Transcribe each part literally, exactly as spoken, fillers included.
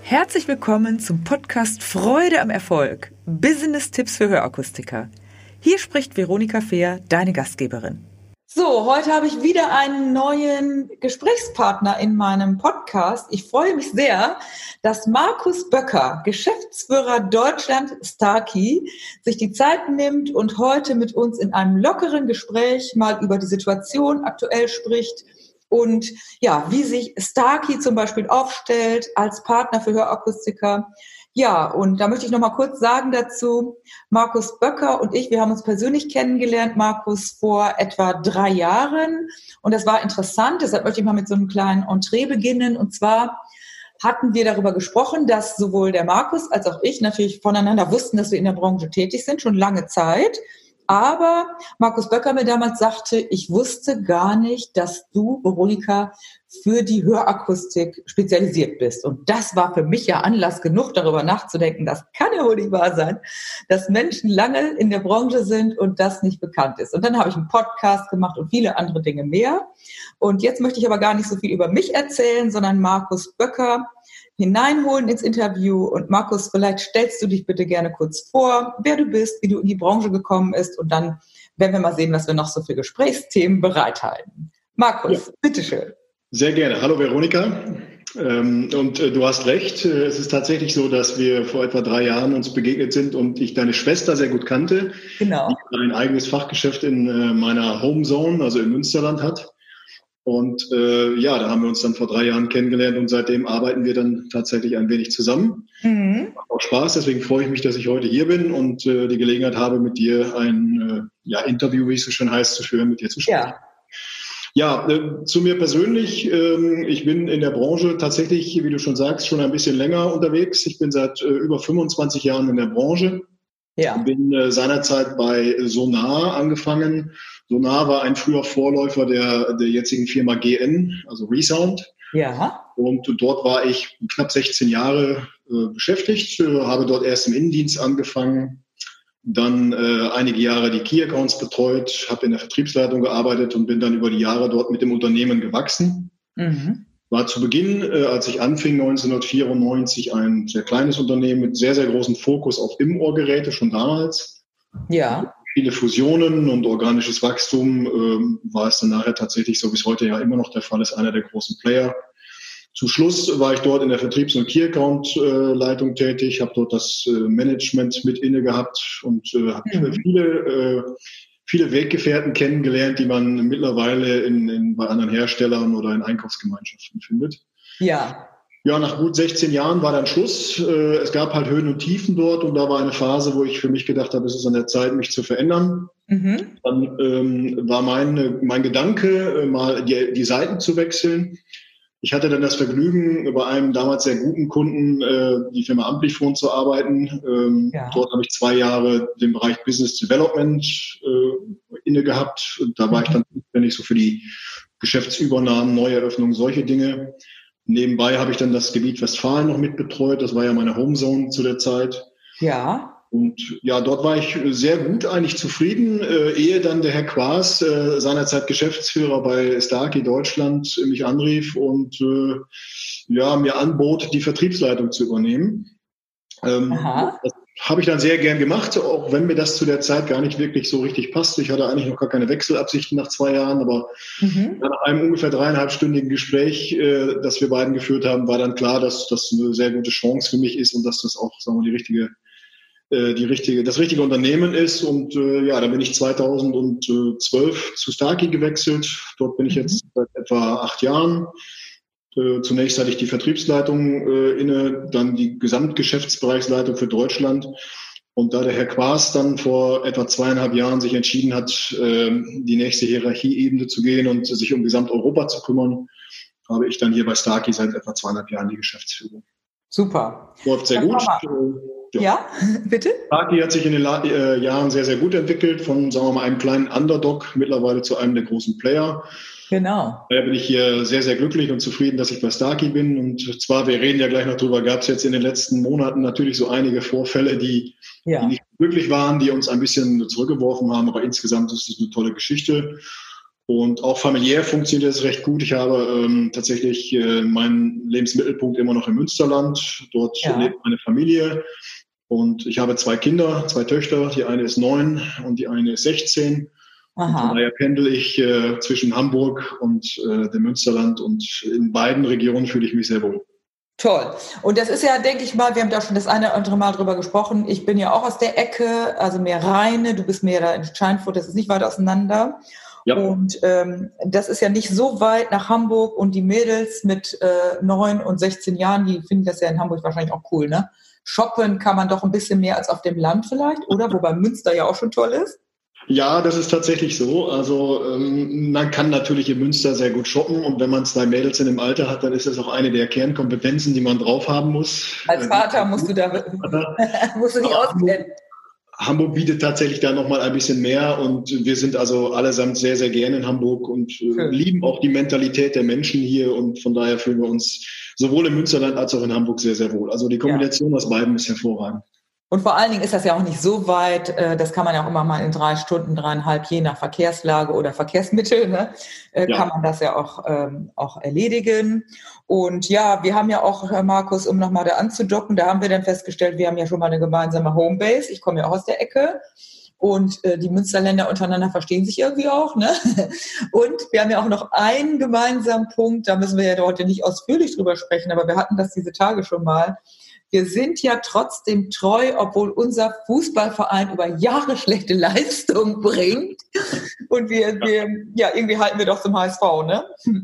Herzlich willkommen zum Podcast Freude am Erfolg. Business-Tipps für Hörakustiker. Hier spricht Veronika Fehr, deine Gastgeberin. So, heute habe ich wieder einen neuen Gesprächspartner in meinem Podcast. Ich freue mich sehr, dass Markus Böcker, Geschäftsführer Deutschland Starkey, sich die Zeit nimmt und heute mit uns in einem lockeren Gespräch mal über die Situation aktuell spricht und ja, wie sich Starkey zum Beispiel aufstellt als Partner für Hörakustiker. Ja, und da möchte ich noch mal kurz sagen dazu, Markus Böcker und ich, wir haben uns persönlich kennengelernt, Markus, vor etwa drei Jahren. Und das war interessant, deshalb möchte ich mal mit so einem kleinen Entree beginnen. Und zwar hatten wir darüber gesprochen, dass sowohl der Markus als auch ich natürlich voneinander wussten, dass wir in der Branche tätig sind, schon lange Zeit. Aber Markus Böcker mir damals sagte, ich wusste gar nicht, dass du, Veronika, für die Hörakustik spezialisiert bist. Und das war für mich ja Anlass genug, darüber nachzudenken, das kann ja wohl nicht wahr sein, dass Menschen lange in der Branche sind und das nicht bekannt ist. Und dann habe ich einen Podcast gemacht und viele andere Dinge mehr. Und jetzt möchte ich aber gar nicht so viel über mich erzählen, sondern Markus Böcker hineinholen ins Interview. Und Markus, vielleicht stellst du dich bitte gerne kurz vor, wer du bist, wie du in die Branche gekommen bist. Und dann werden wir mal sehen, was wir noch so für Gesprächsthemen bereithalten. Markus, ja. Bitteschön. Sehr gerne. Hallo Veronika. Ähm, und äh, du hast recht. Es ist tatsächlich so, dass wir vor etwa drei Jahren uns begegnet sind und ich deine Schwester sehr gut kannte. Genau. Die ein eigenes Fachgeschäft in äh, meiner Homezone, also im Münsterland hat. Und äh, ja, da haben wir uns dann vor drei Jahren kennengelernt und seitdem arbeiten wir dann tatsächlich ein wenig zusammen. Mhm. Macht auch Spaß, deswegen freue ich mich, dass ich heute hier bin und äh, die Gelegenheit habe, mit dir ein äh, ja, Interview, wie es so schön heißt, zu führen, mit dir zu sprechen. Ja. Ja, äh, zu mir persönlich, äh, ich bin in der Branche tatsächlich, wie du schon sagst, schon ein bisschen länger unterwegs. Ich bin seit äh, über fünfundzwanzig Jahren in der Branche. Ja. Bin äh, seinerzeit bei Sonar angefangen. Sonar war ein früher Vorläufer der, der jetzigen Firma G N, also Resound. Ja. Und dort war ich knapp sechzehn Jahre äh, beschäftigt, äh, habe dort erst im Innendienst angefangen. Dann äh, einige Jahre die Key Accounts betreut, habe in der Vertriebsleitung gearbeitet und bin dann über die Jahre dort mit dem Unternehmen gewachsen. Mhm. War zu Beginn, äh, als ich anfing, neunzehnhundertvierundneunzig, ein sehr kleines Unternehmen mit sehr, sehr großem Fokus auf Im-Ohr-Geräte, schon damals. Ja. Viele Fusionen und organisches Wachstum äh, war es dann nachher tatsächlich so, wie es heute ja immer noch der Fall ist, einer der großen Player. Zum Schluss war ich dort in der Vertriebs- und Key-Account-Leitung tätig, habe dort das äh, Management mit inne gehabt und äh, habe mhm. viele, äh, viele Weggefährten kennengelernt, die man mittlerweile in, in, bei anderen Herstellern oder in Einkaufsgemeinschaften findet. Ja. Ja, nach gut sechzehn Jahren war dann Schluss. Äh, es gab halt Höhen und Tiefen dort und da war eine Phase, wo ich für mich gedacht habe, es ist an der Zeit, mich zu verändern. Mhm. Dann ähm, war mein, mein Gedanke, mal die, die Seiten zu wechseln. Ich hatte dann das Vergnügen, bei einem damals sehr guten Kunden, äh, die Firma Amplifon, zu arbeiten. Ähm, ja. Dort habe ich zwei Jahre den Bereich Business Development äh, inne gehabt. Und da war mhm. ich dann zuständig so für die Geschäftsübernahmen, Neueröffnungen, solche Dinge. Nebenbei habe ich dann das Gebiet Westfalen noch mitbetreut. Das war ja meine Homezone zu der Zeit. Ja. Und ja, dort war ich sehr gut, eigentlich zufrieden, äh, ehe dann der Herr Quaas, äh, seinerzeit Geschäftsführer bei Starkey Deutschland, mich anrief und äh, ja, mir anbot, die Vertriebsleitung zu übernehmen. Ähm, Aha. Das habe ich dann sehr gern gemacht, auch wenn mir das zu der Zeit gar nicht wirklich so richtig passte. Ich hatte eigentlich noch gar keine Wechselabsichten nach zwei Jahren, aber mhm. nach einem ungefähr dreieinhalbstündigen Gespräch, äh, das wir beiden geführt haben, war dann klar, dass das eine sehr gute Chance für mich ist und dass das auch, sagen wir, die richtige die richtige, das richtige Unternehmen ist. Und äh, ja, dann bin ich zweitausendzwölf zu Starkey gewechselt. Dort bin ich mhm. jetzt seit etwa acht Jahren. Äh, zunächst hatte ich die Vertriebsleitung äh, inne, dann die Gesamtgeschäftsbereichsleitung für Deutschland. Und da der Herr Quaas dann vor etwa zweieinhalb Jahren sich entschieden hat, äh, die nächste Hierarchieebene zu gehen und sich um Gesamteuropa zu kümmern, habe ich dann hier bei Starkey seit etwa zweieinhalb Jahren die Geschäftsführung. Super. Läuft sehr gut. Ja. ja, bitte? Starkey hat sich in den La- äh, Jahren sehr, sehr gut entwickelt, von, sagen wir mal, einem kleinen Underdog mittlerweile zu einem der großen Player. Genau. Daher bin ich hier sehr, sehr glücklich und zufrieden, dass ich bei Starkey bin. Und zwar, wir reden ja gleich noch drüber, gab es jetzt in den letzten Monaten natürlich so einige Vorfälle, die, ja. die nicht glücklich waren, die uns ein bisschen zurückgeworfen haben. Aber insgesamt ist es eine tolle Geschichte. Und auch familiär funktioniert es recht gut. Ich habe ähm, tatsächlich äh, meinen Lebensmittelpunkt immer noch im Münsterland. Dort ja. lebt meine Familie. Und ich habe zwei Kinder, zwei Töchter. Die eine ist neun und die eine ist sechzehn. Aha. Und von daher pendel ich äh, zwischen Hamburg und äh, dem Münsterland. Und in beiden Regionen fühle ich mich sehr wohl. Toll. Und das ist ja, denke ich mal, wir haben da schon das eine oder andere Mal drüber gesprochen. Ich bin ja auch aus der Ecke, also mehr Rheine. Du bist mehr da in Scheinfurt, das ist nicht weit auseinander. Ja. Und ähm, das ist ja nicht so weit nach Hamburg. Und die Mädels mit äh, neun und sechzehn Jahren, die finden das ja in Hamburg wahrscheinlich auch cool, ne? Shoppen kann man doch ein bisschen mehr als auf dem Land vielleicht, oder? Wobei Münster ja auch schon toll ist. Ja, das ist tatsächlich so. Also ähm, man kann natürlich in Münster sehr gut shoppen und wenn man zwei Mädels in dem Alter hat, dann ist das auch eine der Kernkompetenzen, die man drauf haben muss. Als Vater musst du da musst du dich auskennen. Hamburg bietet tatsächlich da nochmal ein bisschen mehr und wir sind also allesamt sehr, sehr gerne in Hamburg und äh, lieben auch die Mentalität der Menschen hier und von daher fühlen wir uns sowohl im Münsterland als auch in Hamburg sehr, sehr wohl. Also die Kombination ja. aus beiden ist hervorragend. Und vor allen Dingen ist das ja auch nicht so weit, das kann man ja auch immer mal in drei Stunden, dreieinhalb, je nach Verkehrslage oder Verkehrsmittel, ne, ja. kann man das ja auch, ähm, auch erledigen. Und ja, wir haben ja auch, Herr Markus, um nochmal da anzudocken, da haben wir dann festgestellt, wir haben ja schon mal eine gemeinsame Homebase. Ich komme ja auch aus der Ecke. Und äh, die Münsterländer untereinander verstehen sich irgendwie auch, ne? Und wir haben ja auch noch einen gemeinsamen Punkt, da müssen wir ja heute nicht ausführlich drüber sprechen, aber wir hatten das diese Tage schon mal. Wir sind ja trotzdem treu, obwohl unser Fußballverein über Jahre schlechte Leistung bringt. Und wir, wir ja, irgendwie halten wir doch zum H S V, ne?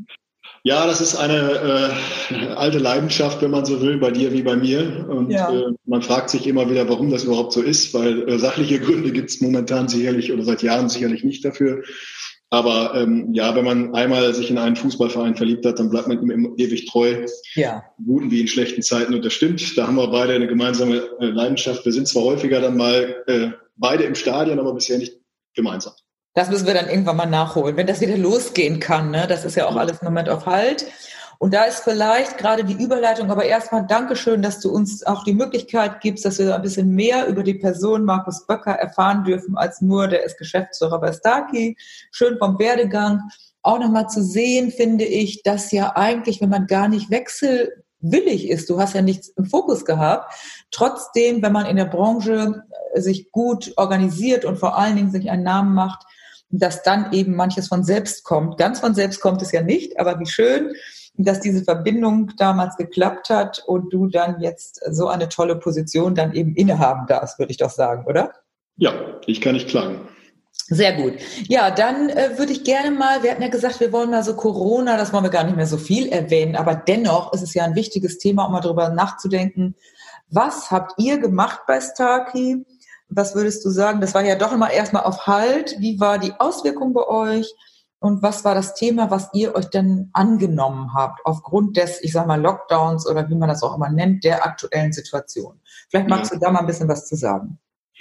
Ja, das ist eine äh, alte Leidenschaft, wenn man so will, bei dir wie bei mir. Und ja. äh, man fragt sich immer wieder, warum das überhaupt so ist, weil äh, sachliche Gründe gibt es momentan sicherlich oder seit Jahren sicherlich nicht dafür. Aber ähm, ja, wenn man einmal sich in einen Fußballverein verliebt hat, dann bleibt man ihm immer ewig treu. Ja. In guten wie in schlechten Zeiten. Und das stimmt, da haben wir beide eine gemeinsame äh, Leidenschaft. Wir sind zwar häufiger dann mal äh, beide im Stadion, aber bisher nicht gemeinsam. Das müssen wir dann irgendwann mal nachholen, wenn das wieder losgehen kann, ne? Das ist ja auch alles im Moment auf Halt. Und da ist vielleicht gerade die Überleitung, aber erstmal Dankeschön, dass du uns auch die Möglichkeit gibst, dass wir ein bisschen mehr über die Person Markus Böcker erfahren dürfen, als nur, der ist Geschäftsführer bei Starkey. Schön vom Werdegang. Auch nochmal zu sehen, finde ich, dass ja eigentlich, wenn man gar nicht wechselwillig ist, du hast ja nichts im Fokus gehabt, trotzdem, wenn man in der Branche sich gut organisiert und vor allen Dingen sich einen Namen macht, dass dann eben manches von selbst kommt. Ganz von selbst kommt es ja nicht, aber wie schön, dass diese Verbindung damals geklappt hat und du dann jetzt so eine tolle Position dann eben innehaben darfst, würde ich doch sagen, oder? Ja, ich kann nicht klagen. Sehr gut. Ja, dann äh, würde ich gerne mal, wir hatten ja gesagt, wir wollen mal so Corona, das wollen wir gar nicht mehr so viel erwähnen, aber dennoch ist es ja ein wichtiges Thema, um mal drüber nachzudenken. Was habt ihr gemacht bei Starkey? Was würdest du sagen? Das war ja doch immer erstmal auf Halt. Wie war die Auswirkung bei euch? Und was war das Thema, was ihr euch denn angenommen habt, aufgrund des, ich sag mal, Lockdowns oder wie man das auch immer nennt, der aktuellen Situation? Vielleicht magst ja. du da mal ein bisschen was zu sagen.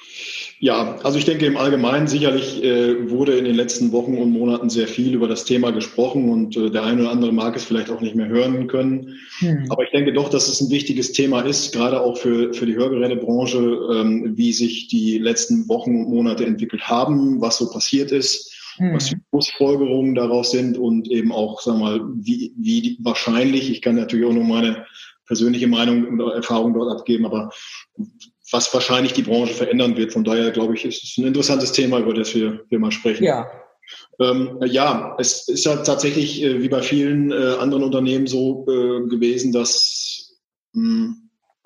Ja, also ich denke im Allgemeinen sicherlich äh, wurde in den letzten Wochen und Monaten sehr viel über das Thema gesprochen und äh, der eine oder andere mag es vielleicht auch nicht mehr hören können. Hm. Aber ich denke doch, dass es ein wichtiges Thema ist, gerade auch für, für die Hörgerätebranche, ähm, wie sich die letzten Wochen und Monate entwickelt haben, was so passiert ist. Hm. Was die Schlussfolgerungen daraus sind und eben auch, sagen wir mal, wie, wie wahrscheinlich, ich kann natürlich auch nur meine persönliche Meinung und Erfahrung dort abgeben, aber was wahrscheinlich die Branche verändern wird. Von daher, glaube ich, ist es ein interessantes Thema, über das wir, wir mal sprechen. Ja. Ähm, ja, es ist ja tatsächlich äh, wie bei vielen äh, anderen Unternehmen so äh, gewesen, dass, mh,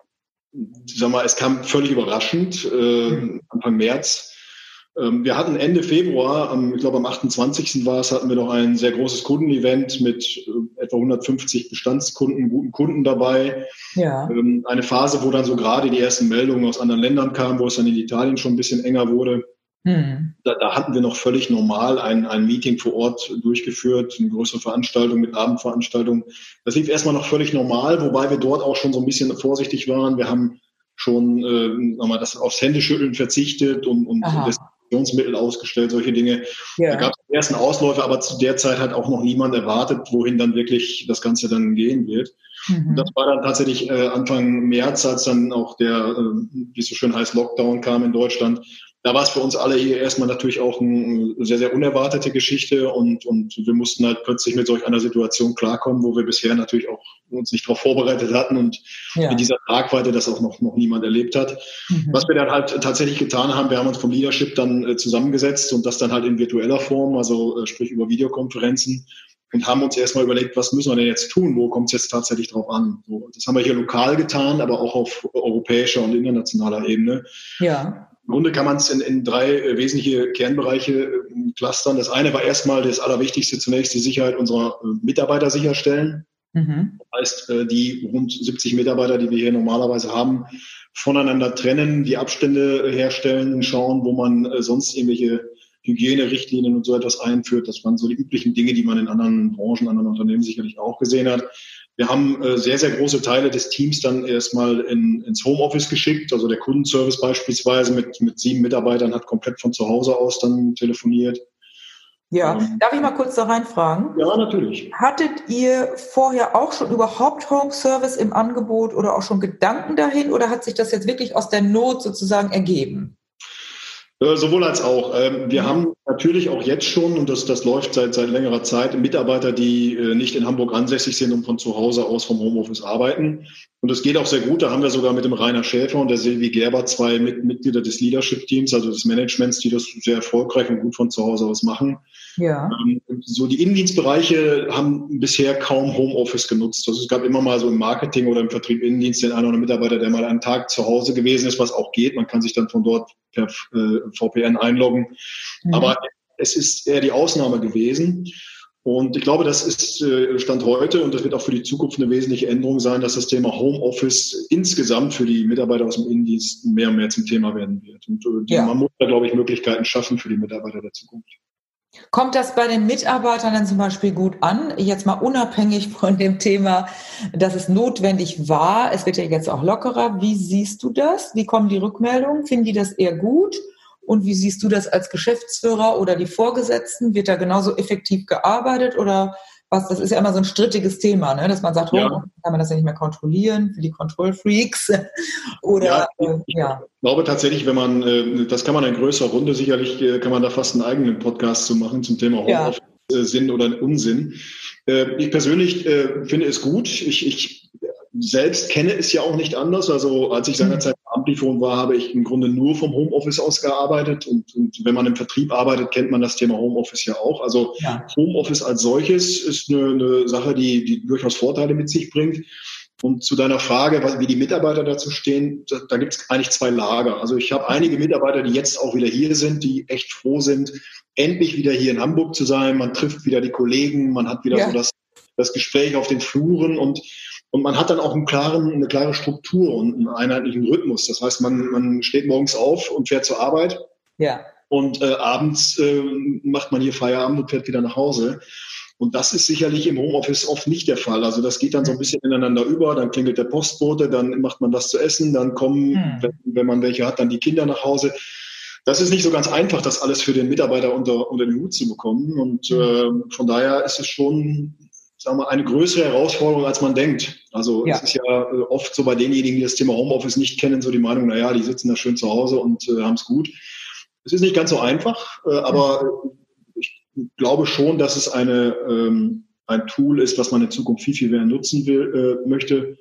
sag mal, es kam völlig überraschend, äh, hm. Anfang März. Wir hatten Ende Februar, ich glaube am achtundzwanzigsten war es, hatten wir noch ein sehr großes Kundenevent mit etwa hundertfünfzig Bestandskunden, guten Kunden dabei. Ja. Eine Phase, wo dann so gerade die ersten Meldungen aus anderen Ländern kamen, wo es dann in Italien schon ein bisschen enger wurde. Hm. Da, da hatten wir noch völlig normal ein, ein Meeting vor Ort durchgeführt, eine größere Veranstaltung mit Abendveranstaltungen. Das lief erstmal noch völlig normal, wobei wir dort auch schon so ein bisschen vorsichtig waren. Wir haben schon äh, nochmal das aufs Händeschütteln verzichtet und, und Desinfektionsmittel ausgestellt, solche Dinge. Ja. Da gab es die ersten Ausläufe, aber zu der Zeit hat auch noch niemand erwartet, wohin dann wirklich das Ganze dann gehen wird. Mhm. Das war dann tatsächlich äh, Anfang März, als dann auch der, äh, wie es so schön heißt, Lockdown kam in Deutschland. da war es für uns alle hier erstmal natürlich auch eine sehr, sehr unerwartete Geschichte und, und wir mussten halt plötzlich mit solch einer Situation klarkommen, wo wir bisher natürlich auch uns nicht darauf vorbereitet hatten und ja. mit dieser Tragweite das auch noch, noch niemand erlebt hat. Mhm. Was wir dann halt tatsächlich getan haben, wir haben uns vom Leadership dann äh, zusammengesetzt und das dann halt in virtueller Form, also äh, sprich über Videokonferenzen, und haben uns erstmal überlegt, was müssen wir denn jetzt tun, wo kommt es jetzt tatsächlich drauf an. So, das haben wir hier lokal getan, aber auch auf europäischer und internationaler Ebene. Ja. Im Grunde kann man es in, in drei äh, wesentliche Kernbereiche äh, clustern. Das eine war erstmal das Allerwichtigste, zunächst die Sicherheit unserer äh, Mitarbeiter sicherstellen. Mhm. Das heißt, äh, die rund siebzig Mitarbeiter, die wir hier normalerweise haben, voneinander trennen, die Abstände herstellen, schauen, wo man äh, sonst irgendwelche Hygienerichtlinien und so etwas einführt. Das waren so die üblichen Dinge, die man in anderen Branchen, anderen Unternehmen sicherlich auch gesehen hat. Wir haben äh, sehr, sehr große Teile des Teams dann erstmal in, ins Homeoffice geschickt. Also der Kundenservice beispielsweise mit, mit sieben Mitarbeitern hat komplett von zu Hause aus dann telefoniert. Ja, ähm, darf ich mal kurz da reinfragen? Ja, natürlich. Hattet ihr vorher auch schon überhaupt Homeservice im Angebot oder auch schon Gedanken dahin oder hat sich das jetzt wirklich aus der Not sozusagen ergeben? Äh, sowohl als auch. Ähm, wir haben natürlich auch jetzt schon, und das, das läuft seit, seit längerer Zeit, Mitarbeiter, die äh, nicht in Hamburg ansässig sind und von zu Hause aus vom Homeoffice arbeiten. Und das geht auch sehr gut. Da haben wir sogar mit dem Rainer Schäfer und der Silvi Gerber zwei mit, Mitglieder des Leadership-Teams, also des Managements, die das sehr erfolgreich und gut von zu Hause aus machen. Ja. Ähm, so die Innendienstbereiche haben bisher kaum Homeoffice genutzt. Also es gab immer mal so im Marketing oder im Vertrieb Innendienst den einen oder anderen Mitarbeiter, der mal einen Tag zu Hause gewesen ist, was auch geht. Man kann sich dann von dort per äh, V P N einloggen. Mhm. Aber es ist eher die Ausnahme gewesen. Und ich glaube, das ist äh, Stand heute und das wird auch für die Zukunft eine wesentliche Änderung sein, dass das Thema Homeoffice insgesamt für die Mitarbeiter aus dem Innendienst mehr und mehr zum Thema werden wird. Und äh, ja. man muss da, glaube ich, Möglichkeiten schaffen für die Mitarbeiter der Zukunft. Kommt das bei den Mitarbeitern dann zum Beispiel gut an? Jetzt mal unabhängig von dem Thema, dass es notwendig war. Es wird ja jetzt auch lockerer. Wie siehst du das? Wie kommen die Rückmeldungen? Finden die das eher gut? Und wie siehst du das als Geschäftsführer oder die Vorgesetzten? Wird da genauso effektiv gearbeitet oder was? Das ist ja immer so ein strittiges Thema, ne? Dass man sagt, ja. oh, kann man das ja nicht mehr kontrollieren für die Kontrollfreaks oder ja, äh, ich ja. glaube tatsächlich, wenn man, äh, das kann man in größerer Runde, sicherlich äh, kann man da fast einen eigenen Podcast zu machen zum Thema Homeoffice, ja. äh, Sinn oder Unsinn. Äh, ich persönlich äh, finde es gut. Ich, ich selbst kenne es ja auch nicht anders. Also als ich seinerzeit Amplifon war, habe ich im Grunde nur vom Homeoffice aus gearbeitet. Und, und wenn man im Vertrieb arbeitet, kennt man das Thema Homeoffice ja auch. Also ja. Homeoffice als solches ist eine, eine Sache, die, die durchaus Vorteile mit sich bringt. Und zu deiner Frage, wie die Mitarbeiter dazu stehen, da, da gibt es eigentlich zwei Lager. Also ich habe einige Mitarbeiter, die jetzt auch wieder hier sind, die echt froh sind, endlich wieder hier in Hamburg zu sein. Man trifft wieder die Kollegen, man hat wieder ja. so das, das Gespräch auf den Fluren und Und man hat dann auch einen klaren, eine klare Struktur und einen einheitlichen Rhythmus. Das heißt, man, man steht morgens auf und fährt zur Arbeit. Ja. Und äh, abends äh, macht man hier Feierabend und fährt wieder nach Hause. Und das ist sicherlich im Homeoffice oft nicht der Fall. Also das geht dann so ein bisschen ineinander über. Dann klingelt der Postbote, dann macht man was zu essen, dann kommen, hm. wenn, wenn man welche hat, dann die Kinder nach Hause. Das ist nicht so ganz einfach, das alles für den Mitarbeiter unter, unter den Hut zu bekommen. Und hm. äh, von daher ist es schon, sagen wir, eine größere Herausforderung, als man denkt. Also ja. es ist ja oft so bei denjenigen, die das Thema Homeoffice nicht kennen, so die Meinung, naja, die sitzen da schön zu Hause und äh, haben es gut. Es ist nicht ganz so einfach, äh, aber ich glaube schon, dass es eine, ähm, ein Tool ist, was man in Zukunft viel, viel mehr nutzen will, äh, möchte.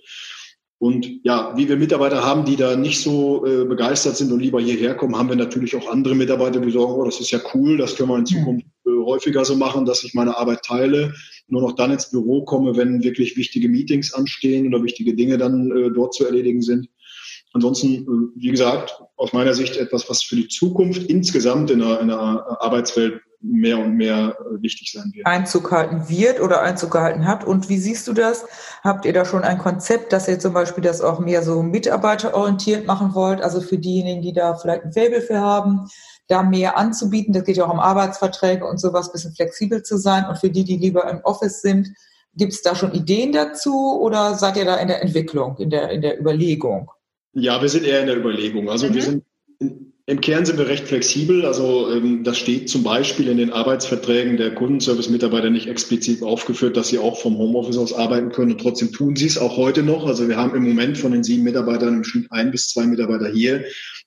Und ja, wie wir Mitarbeiter haben, die da nicht so äh, begeistert sind und lieber hierher kommen, haben wir natürlich auch andere Mitarbeiter, die sagen, oh, das ist ja cool, das können wir in Zukunft äh, häufiger so machen, dass ich meine Arbeit teile, nur noch dann ins Büro komme, wenn wirklich wichtige Meetings anstehen oder wichtige Dinge dann äh, dort zu erledigen sind. Ansonsten, äh, wie gesagt, aus meiner Sicht etwas, was für die Zukunft insgesamt in der, in der Arbeitswelt mehr und mehr äh, wichtig sein wird. Einzug halten wird oder Einzug gehalten hat. Und wie siehst du das? Habt ihr da schon ein Konzept, dass ihr zum Beispiel das auch mehr so mitarbeiterorientiert machen wollt? Also für diejenigen, die da vielleicht ein Faible für haben, da mehr anzubieten. Das geht ja auch um Arbeitsverträge und sowas, ein bisschen flexibel zu sein. Und für die, die lieber im Office sind, gibt es da schon Ideen dazu oder seid ihr da in der Entwicklung, in der, in der Überlegung? Ja, wir sind eher in der Überlegung. Also mhm. wir sind im Kern sind wir recht flexibel. Also ähm, das steht zum Beispiel in den Arbeitsverträgen der Kundenservice-Mitarbeiter nicht explizit aufgeführt, dass sie auch vom Homeoffice aus arbeiten können. Und trotzdem tun sie es auch heute noch. Also wir haben im Moment von den sieben Mitarbeitern im Schnitt ein bis zwei Mitarbeiter hier,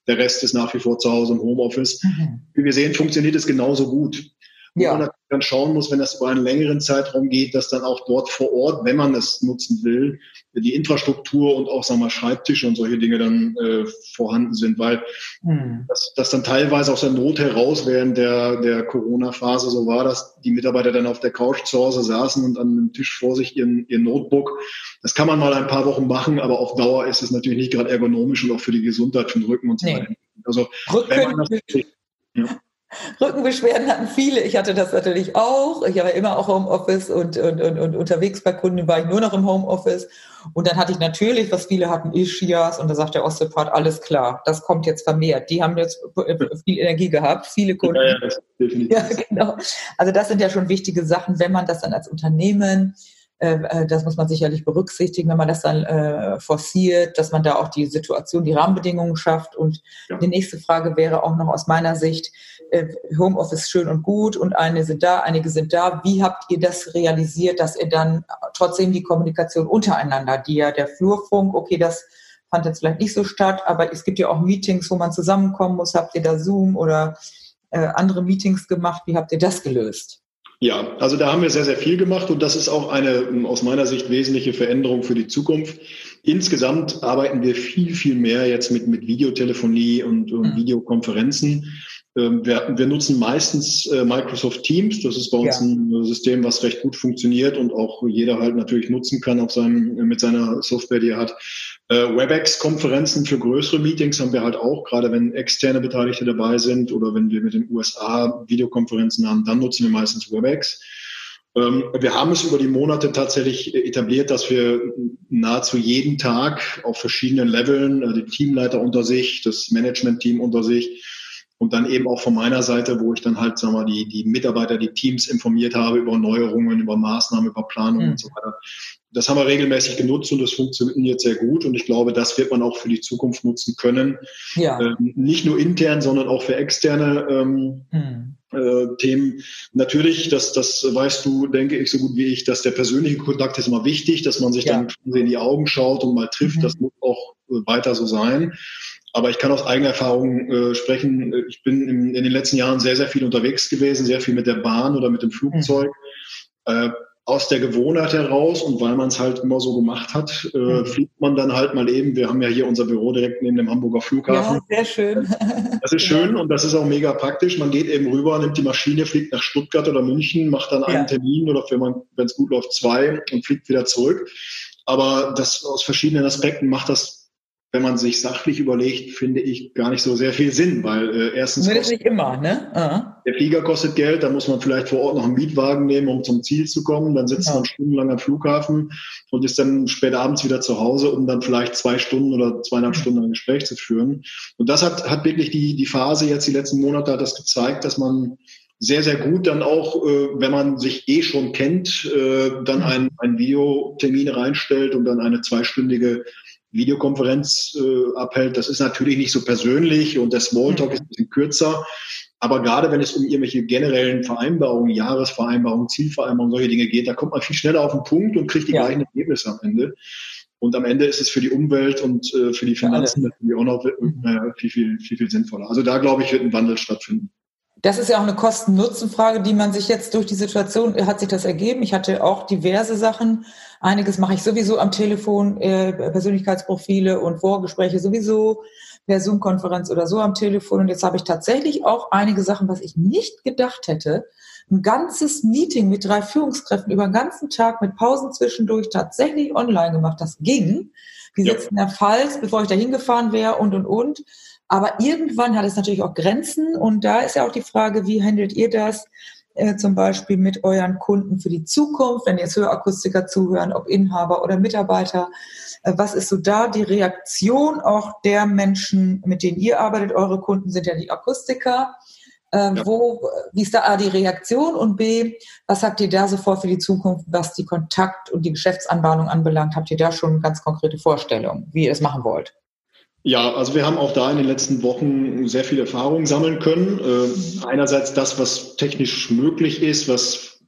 der Rest ist nach wie vor zu Hause im Homeoffice. Mhm. Wie wir sehen, funktioniert es genauso gut. Wo ja. man dann schauen muss, wenn das über einen längeren Zeitraum geht, dass dann auch dort vor Ort, wenn man es nutzen will, die Infrastruktur und auch, sagen wir mal, Schreibtische und solche Dinge dann äh, vorhanden sind, weil hm. das, das dann teilweise aus der Not heraus während der, der Corona-Phase so war, dass die Mitarbeiter dann auf der Couch zu Hause saßen und an einem Tisch vor sich ihren, ihr Notebook. Das kann man mal ein paar Wochen machen, aber auf Dauer ist es natürlich nicht gerade ergonomisch und auch für die Gesundheit, für den Rücken und so weiter. Nee. Also, wenn man das, ja. Rückenbeschwerden hatten viele. Ich hatte das natürlich auch. Ich war immer auch Homeoffice und, und, und, und unterwegs bei Kunden war ich nur noch im Homeoffice. Und dann hatte ich natürlich, was viele hatten, Ischias. Und da sagt der Osteopath, alles klar, das kommt jetzt vermehrt. Die haben jetzt viel Energie gehabt, viele Kunden. Ja, ja, das definitiv. Ja, genau. Also das sind ja schon wichtige Sachen, wenn man das dann als Unternehmen, äh, das muss man sicherlich berücksichtigen, wenn man das dann äh, forciert, dass man da auch die Situation, die Rahmenbedingungen schafft. Und ja. die nächste Frage wäre auch noch aus meiner Sicht, Homeoffice schön und gut und einige sind da, einige sind da. Wie habt ihr das realisiert, dass ihr dann trotzdem die Kommunikation untereinander, die ja der Flurfunk, okay, das fand jetzt vielleicht nicht so statt, aber es gibt ja auch Meetings, wo man zusammenkommen muss. Habt ihr da Zoom oder äh, andere Meetings gemacht? Wie habt ihr das gelöst? Ja, also da haben wir sehr, sehr viel gemacht und das ist auch eine aus meiner Sicht wesentliche Veränderung für die Zukunft. Insgesamt arbeiten wir viel, viel mehr jetzt mit, mit Videotelefonie und, und mhm. Videokonferenzen. Wir, wir nutzen meistens äh, Microsoft Teams. Das ist bei uns ja. ein System, was recht gut funktioniert und auch jeder halt natürlich nutzen kann auf seinem, mit seiner Software, die er hat. Äh, WebEx-Konferenzen für größere Meetings haben wir halt auch, gerade wenn externe Beteiligte dabei sind oder wenn wir mit den U S A Videokonferenzen haben, dann nutzen wir meistens WebEx. Ähm, wir haben es über die Monate tatsächlich etabliert, dass wir nahezu jeden Tag auf verschiedenen Leveln, äh, die Teamleiter unter sich, das Management-Team unter sich, und dann eben auch von meiner Seite, wo ich dann halt, sagen wir, die, die Mitarbeiter, die Teams informiert habe über Neuerungen, über Maßnahmen, über Planungen mhm. und so weiter. Das haben wir regelmäßig genutzt und das funktioniert sehr gut. Und ich glaube, das wird man auch für die Zukunft nutzen können. Ja. Ähm, nicht nur intern, sondern auch für externe ähm, mhm. äh, Themen. Natürlich, das, das weißt du, denke ich, so gut wie ich, dass der persönliche Kontakt ist immer wichtig, dass man sich ja. dann in die Augen schaut und mal trifft. Mhm. Das muss auch weiter so sein. Aber ich kann aus eigener Erfahrung äh, sprechen. Ich bin in, in den letzten Jahren sehr, sehr viel unterwegs gewesen, sehr viel mit der Bahn oder mit dem Flugzeug. Mhm. Äh, aus der Gewohnheit heraus und weil man es halt immer so gemacht hat, äh, mhm. fliegt man dann halt mal eben. Wir haben ja hier unser Büro direkt neben dem Hamburger Flughafen. Ja, sehr schön. Das ist schön und das ist auch mega praktisch. Man geht eben rüber, nimmt die Maschine, fliegt nach Stuttgart oder München, macht dann einen ja. Termin oder wenn man, wenn es gut läuft, zwei und fliegt wieder zurück. Aber das aus verschiedenen Aspekten macht das, wenn man sich sachlich überlegt, finde ich gar nicht so sehr viel Sinn, weil äh, erstens kostet, nicht immer, ne? Uh-huh. Der Flieger kostet Geld, da muss man vielleicht vor Ort noch einen Mietwagen nehmen, um zum Ziel zu kommen, dann sitzt uh-huh. man stundenlang am Flughafen und ist dann spät abends wieder zu Hause, um dann vielleicht zwei Stunden oder zweieinhalb uh-huh. Stunden ein Gespräch zu führen. Und das hat, hat wirklich die, die Phase jetzt, die letzten Monate hat das gezeigt, dass man sehr, sehr gut dann auch, äh, wenn man sich eh schon kennt, äh, dann einen, einen Videotermin reinstellt und dann eine zweistündige Videokonferenz äh, abhält. Das ist natürlich nicht so persönlich und der Smalltalk mhm. ist ein bisschen kürzer. Aber gerade wenn es um irgendwelche generellen Vereinbarungen, Jahresvereinbarungen, Zielvereinbarungen, solche Dinge geht, da kommt man viel schneller auf den Punkt und kriegt die ja. gleichen Ergebnisse am Ende. Und am Ende ist es für die Umwelt und äh, für die Finanzen natürlich auch noch äh, viel, viel, viel, viel sinnvoller. Also da, glaube ich, wird ein Wandel stattfinden. Das ist ja auch eine Kosten-Nutzen-Frage, die man sich jetzt durch die Situation, hat sich das ergeben. Ich hatte auch diverse Sachen. Einiges mache ich sowieso am Telefon, äh, Persönlichkeitsprofile und Vorgespräche sowieso per Zoom-Konferenz oder so am Telefon. Und jetzt habe ich tatsächlich auch einige Sachen, was ich nicht gedacht hätte, ein ganzes Meeting mit drei Führungskräften über den ganzen Tag mit Pausen zwischendurch tatsächlich online gemacht. Das ging. Die sitzen in der Pfalz, bevor ich da hingefahren wäre und, und, und. Aber irgendwann hat es natürlich auch Grenzen und da ist ja auch die Frage, wie handelt ihr das äh, zum Beispiel mit euren Kunden für die Zukunft, wenn jetzt Hörakustiker zuhören, ob Inhaber oder Mitarbeiter, äh, was ist so da die Reaktion auch der Menschen, mit denen ihr arbeitet? Eure Kunden sind ja die Akustiker. Äh, ja. Wo, wie ist da A, die Reaktion und B, was habt ihr da so vor für die Zukunft, was die Kontakt- und die Geschäftsanbahnung anbelangt? Habt ihr da schon ganz konkrete Vorstellungen, wie ihr das machen wollt? Ja, also wir haben auch da in den letzten Wochen sehr viel Erfahrung sammeln können. Äh, einerseits das, was technisch möglich ist, was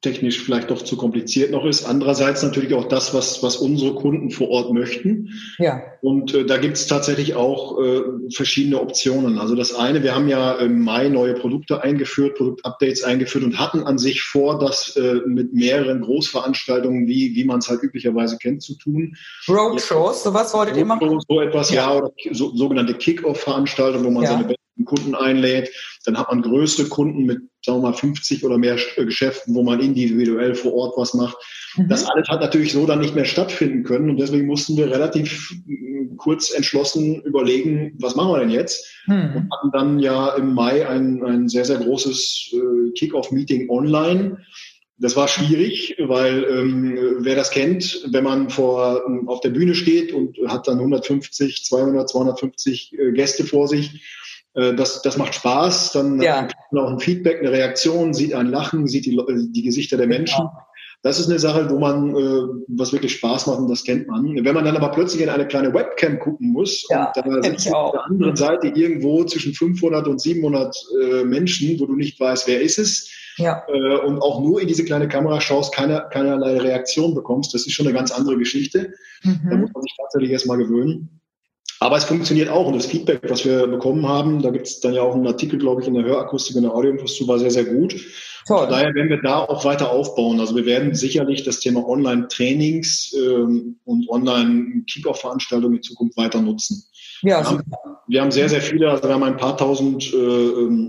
technisch vielleicht doch zu kompliziert noch ist. Andererseits natürlich auch das, was, was unsere Kunden vor Ort möchten. Ja. Und äh, da gibt es tatsächlich auch äh, verschiedene Optionen. Also das eine, wir haben ja im Mai neue Produkte eingeführt, Produktupdates eingeführt und hatten an sich vor, das äh, mit mehreren Großveranstaltungen, wie, wie man es halt üblicherweise kennt, zu tun. Roadshows, sowas wolltet ihr machen? So etwas, ja, ja oder so, sogenannte Kick-Off-Veranstaltungen, wo man ja. seine besten Kunden einlädt. Dann hat man größere Kunden mit, sagen wir mal, fünfzig oder mehr Geschäften, wo man individuell vor Ort was macht. Mhm. Das alles hat natürlich so dann nicht mehr stattfinden können und deswegen mussten wir relativ kurz entschlossen überlegen, was machen wir denn jetzt? Mhm. Und hatten dann ja im Mai ein, ein sehr, sehr großes äh, Kick-Off-Meeting online. Das war schwierig, weil ähm, wer das kennt, wenn man vor ähm, auf der Bühne steht und hat dann hundertfünfzig, zweihundert, zweihundertfünfzig äh, Gäste vor sich, äh, das, das macht Spaß. Dann ja. kriegt man auch ein Feedback, eine Reaktion, sieht ein Lachen, sieht die, die Gesichter der Menschen. Ja. Das ist eine Sache, wo man, äh, was wirklich Spaß macht und das kennt man. Wenn man dann aber plötzlich in eine kleine Webcam gucken muss ja, und da sitzt auf der anderen Seite irgendwo zwischen fünfhundert und siebenhundert äh, Menschen, wo du nicht weißt, wer ist es, ja. äh, und auch nur in diese kleine Kamera schaust, keine, keinerlei Reaktion bekommst, das ist schon eine ganz andere Geschichte. Mhm. Da muss man sich tatsächlich erstmal gewöhnen. Aber es funktioniert auch und das Feedback, was wir bekommen haben, da gibt es dann ja auch einen Artikel, glaube ich, in der Hörakustik, in der Audioinfos zu, war sehr, sehr gut. Von daher werden wir da auch weiter aufbauen. Also wir werden sicherlich das Thema Online-Trainings ähm, und Online-Kick-Off-Veranstaltungen in Zukunft weiter nutzen. Ja, wir, haben, wir haben sehr, sehr viele, also wir haben ein paar tausend äh,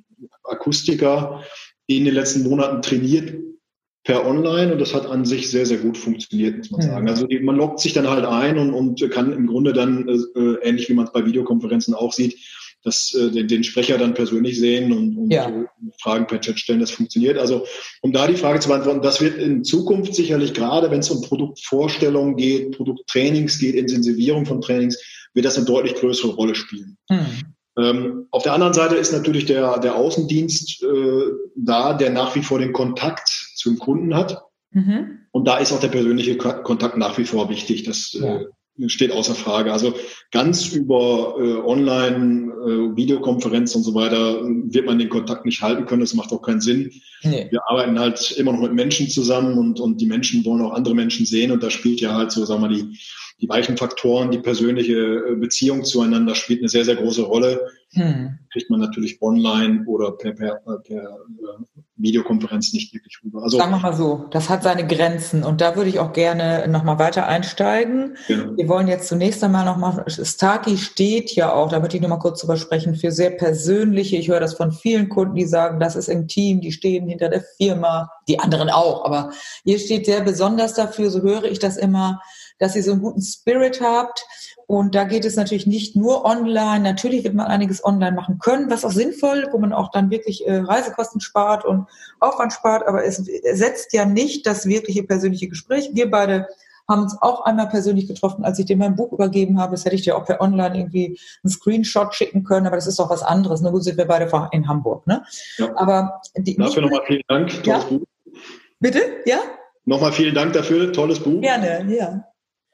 Akustiker in den letzten Monaten trainiert per Online und das hat an sich sehr, sehr gut funktioniert, muss man sagen. Also die, man loggt sich dann halt ein und, und kann im Grunde dann, äh, ähnlich wie man es bei Videokonferenzen auch sieht, das, äh, den, den Sprecher dann persönlich sehen und, und ja. äh, Fragen per Chat stellen, das funktioniert. Also um da die Frage zu beantworten, das wird in Zukunft sicherlich, gerade wenn es um Produktvorstellungen geht, Produkttrainings geht, Intensivierung von Trainings, wird das eine deutlich größere Rolle spielen. Hm. Ähm, auf der anderen Seite ist natürlich der, der Außendienst äh, da, der nach wie vor den Kontakt zum Kunden hat. Mhm. Und da ist auch der persönliche Kontakt nach wie vor wichtig. Das ja. äh, steht außer Frage. Also ganz über äh, Online, äh, Videokonferenz und so weiter wird man den Kontakt nicht halten können. Das macht auch keinen Sinn. Nee. Wir arbeiten halt immer noch mit Menschen zusammen und, und die Menschen wollen auch andere Menschen sehen. Und da spielt ja halt so, sagen wir mal, die Die weichen Faktoren, die persönliche Beziehung zueinander spielt eine sehr, sehr große Rolle. Hm. Kriegt man natürlich online oder per, per, per Videokonferenz nicht wirklich rüber. Also, sagen wir mal so, das hat seine Grenzen und da würde ich auch gerne nochmal weiter einsteigen. Genau. Wir wollen jetzt zunächst einmal nochmal, Starkey steht ja auch, da würde ich nochmal kurz drüber sprechen, für sehr persönliche, ich höre das von vielen Kunden, die sagen, das ist im Team, die stehen hinter der Firma, die anderen auch, aber ihr steht sehr besonders dafür, so höre ich das immer, dass ihr so einen guten Spirit habt. Und da geht es natürlich nicht nur online. Natürlich wird man einiges online machen können, was auch sinnvoll, wo man auch dann wirklich äh, Reisekosten spart und Aufwand spart. Aber es ersetzt ja nicht das wirkliche persönliche Gespräch. Wir beide haben uns auch einmal persönlich getroffen, als ich dir mein Buch übergeben habe. Das hätte ich dir auch per online irgendwie einen Screenshot schicken können. Aber das ist doch was anderes. Nur gut sind wir beide in Hamburg. Ne? Ja. Aber die, dafür nochmal vielen Dank. Tolles ja? Buch. Bitte? Ja? Nochmal vielen Dank dafür. Tolles Buch. Gerne, ja.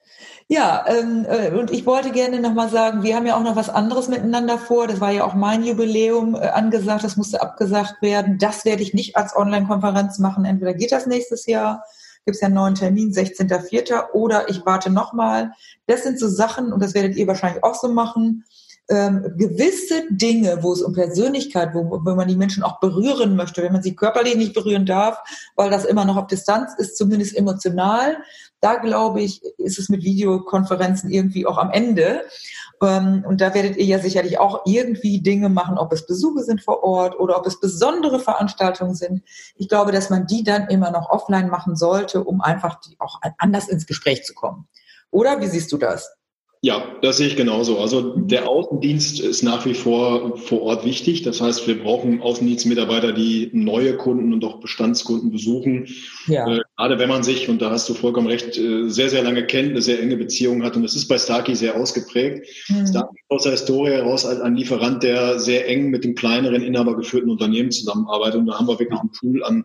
Ja, ähm, äh, und ich wollte gerne nochmal sagen, wir haben ja auch noch was anderes miteinander vor. Das war ja auch mein Jubiläum äh, angesagt, das musste abgesagt werden. Das werde ich nicht als Online-Konferenz machen. Entweder geht das nächstes Jahr, gibt es ja einen neuen Termin, sechzehnter vierter oder ich warte nochmal. Das sind so Sachen, und das werdet ihr wahrscheinlich auch so machen, ähm, gewisse Dinge, wo es um Persönlichkeit, wo, wo man die Menschen auch berühren möchte, wenn man sie körperlich nicht berühren darf, weil das immer noch auf Distanz ist, zumindest emotional. Da, glaube ich, ist es mit Videokonferenzen irgendwie auch am Ende. Ähm, und da werdet ihr ja sicherlich auch irgendwie Dinge machen, ob es Besuche sind vor Ort oder ob es besondere Veranstaltungen sind. Ich glaube, dass man die dann immer noch offline machen sollte, um einfach die auch anders ins Gespräch zu kommen. Oder wie siehst du das? Ja, das sehe ich genauso. Also der Außendienst ist nach wie vor vor Ort wichtig. Das heißt, wir brauchen Außendienstmitarbeiter, die neue Kunden und auch Bestandskunden besuchen. Ja. Äh, gerade wenn man sich, und da hast du vollkommen recht, äh, sehr, sehr lange kennt, eine sehr enge Beziehung hat. Und das ist bei Starkey sehr ausgeprägt. Mhm. Starkey aus der Historie heraus als ein Lieferant, der sehr eng mit den kleineren, inhabergeführten Unternehmen zusammenarbeitet. Und da haben wir wirklich einen Pool an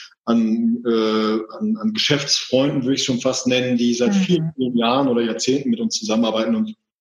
An, äh, an, an Geschäftsfreunden, würde ich schon fast nennen, die seit mhm. vielen, vielen Jahren oder Jahrzehnten mit uns zusammenarbeiten. Und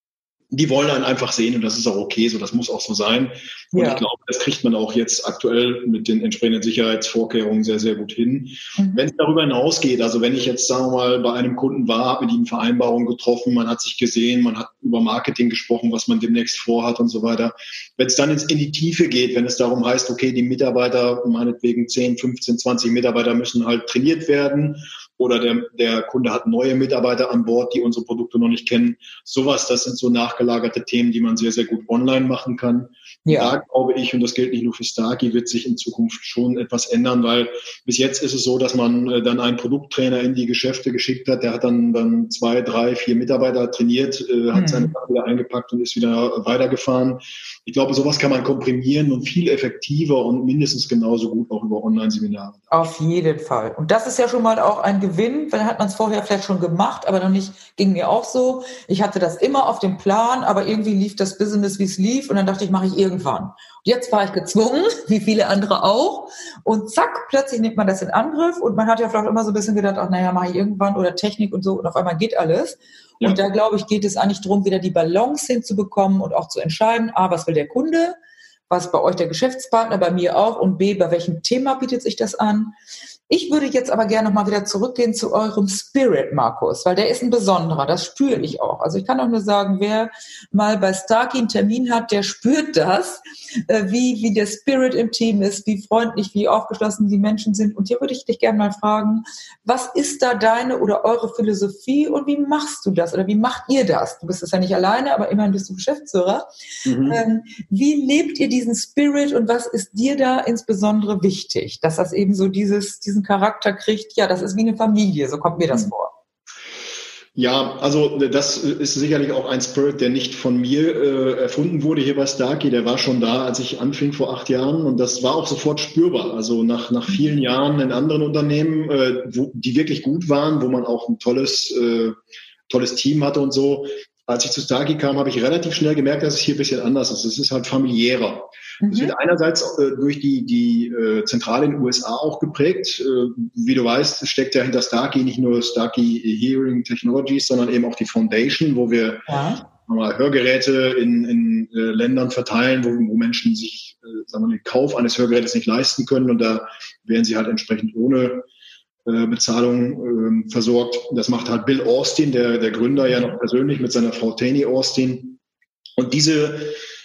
die wollen einen einfach sehen und das ist auch okay so, das muss auch so sein. Und ja. ich glaube, das kriegt man auch jetzt aktuell mit den entsprechenden Sicherheitsvorkehrungen sehr, sehr gut hin. Mhm. Wenn es darüber hinausgeht, also wenn ich jetzt, sagen wir mal, bei einem Kunden war, habe mit ihm Vereinbarungen getroffen, man hat sich gesehen, man hat über Marketing gesprochen, was man demnächst vorhat und so weiter. Wenn es dann ins, in die Tiefe geht, wenn es darum heißt, okay, die Mitarbeiter, meinetwegen zehn, fünfzehn, zwanzig Mitarbeiter müssen halt trainiert werden, oder der, der Kunde hat neue Mitarbeiter an Bord, die unsere Produkte noch nicht kennen. Sowas, das sind so nachgelagerte Themen, die man sehr, sehr gut online machen kann. Ja. Da glaube ich, und das gilt nicht nur für Starkey, wird sich in Zukunft schon etwas ändern, weil bis jetzt ist es so, dass man dann einen Produkttrainer in die Geschäfte geschickt hat, der hat dann, dann zwei, drei, vier Mitarbeiter trainiert, äh, hat mhm. seine Sachen wieder eingepackt und ist wieder weitergefahren. Ich glaube, sowas kann man komprimieren und viel effektiver und mindestens genauso gut auch über Online-Seminare. Auf jeden Fall. Und das ist ja schon mal auch ein Gewinn, weil dann hat man es vorher vielleicht schon gemacht, aber noch nicht, ging mir auch so. Ich hatte das immer auf dem Plan, aber irgendwie lief das Business, wie es lief und dann dachte ich, mache ich irgendwann. Und jetzt war ich gezwungen, wie viele andere auch und zack, plötzlich nimmt man das in Angriff und man hat ja vielleicht immer so ein bisschen gedacht, ach naja, mache ich irgendwann oder Technik und so und auf einmal geht alles. Ja. Und da, glaube ich, geht es eigentlich darum, wieder die Balance hinzubekommen und auch zu entscheiden, A, was will der Kunde, was bei euch der Geschäftspartner, bei mir auch und B, bei welchem Thema bietet sich das an. Ich würde jetzt aber gerne nochmal wieder zurückgehen zu eurem Spirit, Markus, weil der ist ein besonderer, das spüre ich auch. Also ich kann auch nur sagen, wer mal bei Starkey einen Termin hat, der spürt das, wie, wie der Spirit im Team ist, wie freundlich, wie aufgeschlossen die Menschen sind. Und hier würde ich dich gerne mal fragen, was ist da deine oder eure Philosophie und wie machst du das oder wie macht ihr das? Du bist es ja nicht alleine, aber immerhin bist du Geschäftsführer. Mhm. Ähm, wie lebt ihr diesen Spirit und was ist dir da insbesondere wichtig, dass das eben so dieses, dieses Charakter kriegt, ja, das ist wie eine Familie, so kommt mir das vor. Ja, also das ist sicherlich auch ein Spirit, der nicht von mir äh, erfunden wurde hier bei Starkey, der war schon da, als ich anfing vor acht Jahren und das war auch sofort spürbar. Also nach nach vielen Jahren in anderen Unternehmen, äh, wo, die wirklich gut waren, wo man auch ein tolles äh, tolles Team hatte und so. Als ich zu Starkey kam, habe ich relativ schnell gemerkt, dass es hier ein bisschen anders ist. Es ist halt familiärer. Mhm. Es wird einerseits äh, durch die, die äh, Zentrale in den U S A auch geprägt. Äh, wie du weißt, steckt ja hinter Starkey nicht nur Starkey Hearing Technologies, sondern eben auch die Foundation, wo wir ja. mal Hörgeräte in, in äh, Ländern verteilen, wo, wo Menschen sich äh, sagen wir, den Kauf eines Hörgerätes nicht leisten können. Und da werden sie halt entsprechend ohne Bezahlung äh, versorgt. Das macht halt Bill Austin, der, der Gründer ja noch persönlich mit seiner Frau Taney Austin. Und diese,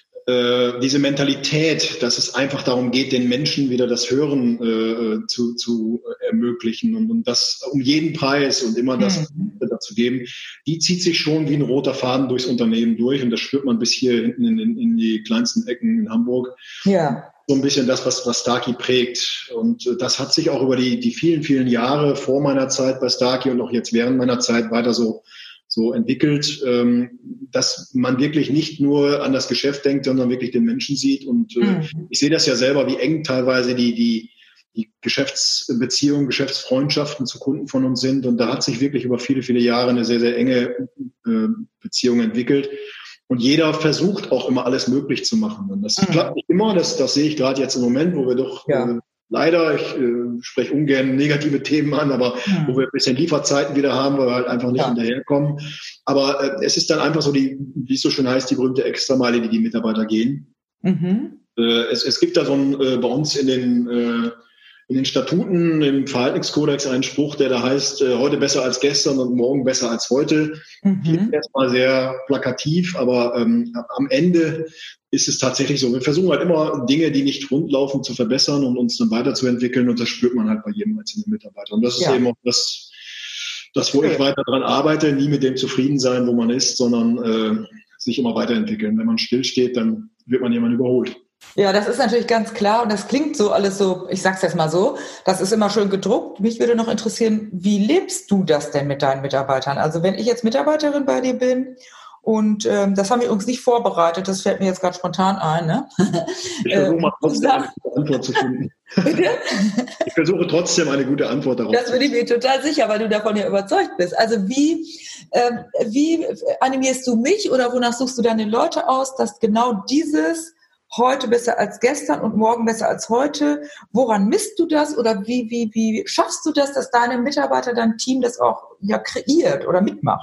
äh, diese Mentalität, dass es einfach darum geht, den Menschen wieder das Hören äh, zu, zu ermöglichen und, und das um jeden Preis und immer das mhm. dazu geben, die zieht sich schon wie ein roter Faden durchs Unternehmen durch und das spürt man bis hier hinten in, in, in die kleinsten Ecken in Hamburg. Ja. So ein bisschen das, was, was Starkey prägt. Und das hat sich auch über die, die vielen, vielen Jahre vor meiner Zeit bei Starkey und auch jetzt während meiner Zeit weiter so, so entwickelt, ähm, dass man wirklich nicht nur an das Geschäft denkt, sondern wirklich den Menschen sieht. Und äh, mhm. ich sehe das ja selber, wie eng teilweise die, die, die Geschäftsbeziehungen, Geschäftsfreundschaften zu Kunden von uns sind. Und da hat sich wirklich über viele, viele Jahre eine sehr, sehr enge äh, Beziehung entwickelt. Und jeder versucht auch immer alles möglich zu machen. Und das mhm. klappt nicht immer. Das, das sehe ich gerade jetzt im Moment, wo wir doch ja. äh, leider, ich äh, spreche ungern negative Themen an, aber mhm. wo wir ein bisschen Lieferzeiten wieder haben, weil wir halt einfach nicht ja. hinterherkommen. Aber äh, es ist dann einfach so die, wie es so schön heißt, die berühmte Extrameile, die die Mitarbeiter gehen. Mhm. Äh, es, es gibt da so ein, äh, bei uns in den äh, in den Statuten, im Verhaltenskodex einen Spruch, der da heißt, äh, heute besser als gestern und morgen besser als heute. Mhm. Klingt erstmal sehr plakativ, aber ähm, am Ende ist es tatsächlich so. Wir versuchen halt immer Dinge, die nicht rund laufen, zu verbessern und uns dann weiterzuentwickeln und das spürt man halt bei jedem einzelnen Mitarbeiter. Und das ist ja. eben auch das, das, wo okay. ich weiter dran arbeite, nie mit dem zufrieden sein, wo man ist, sondern äh, sich immer weiterentwickeln. Wenn man stillsteht, dann wird man jemand überholt. Ja, das ist natürlich ganz klar und das klingt so alles so, ich sag's jetzt mal so, das ist immer schön gedruckt. Mich würde noch interessieren, wie lebst du das denn mit deinen Mitarbeitern? Also wenn ich jetzt Mitarbeiterin bei dir bin und ähm, das haben wir übrigens nicht vorbereitet, das fällt mir jetzt gerade spontan ein, ne? Ich versuche mal trotzdem eine gute Antwort zu finden. Bitte? Ich versuche trotzdem eine gute Antwort darauf. Das bin ich mir total sicher, weil du davon ja überzeugt bist. Also wie, ähm, wie animierst du mich oder wonach suchst du deine Leute aus, dass genau dieses heute besser als gestern und morgen besser als heute. Woran misst du das oder wie, wie, wie schaffst du das, dass deine Mitarbeiter, dein Team das auch ja kreiert oder mitmacht?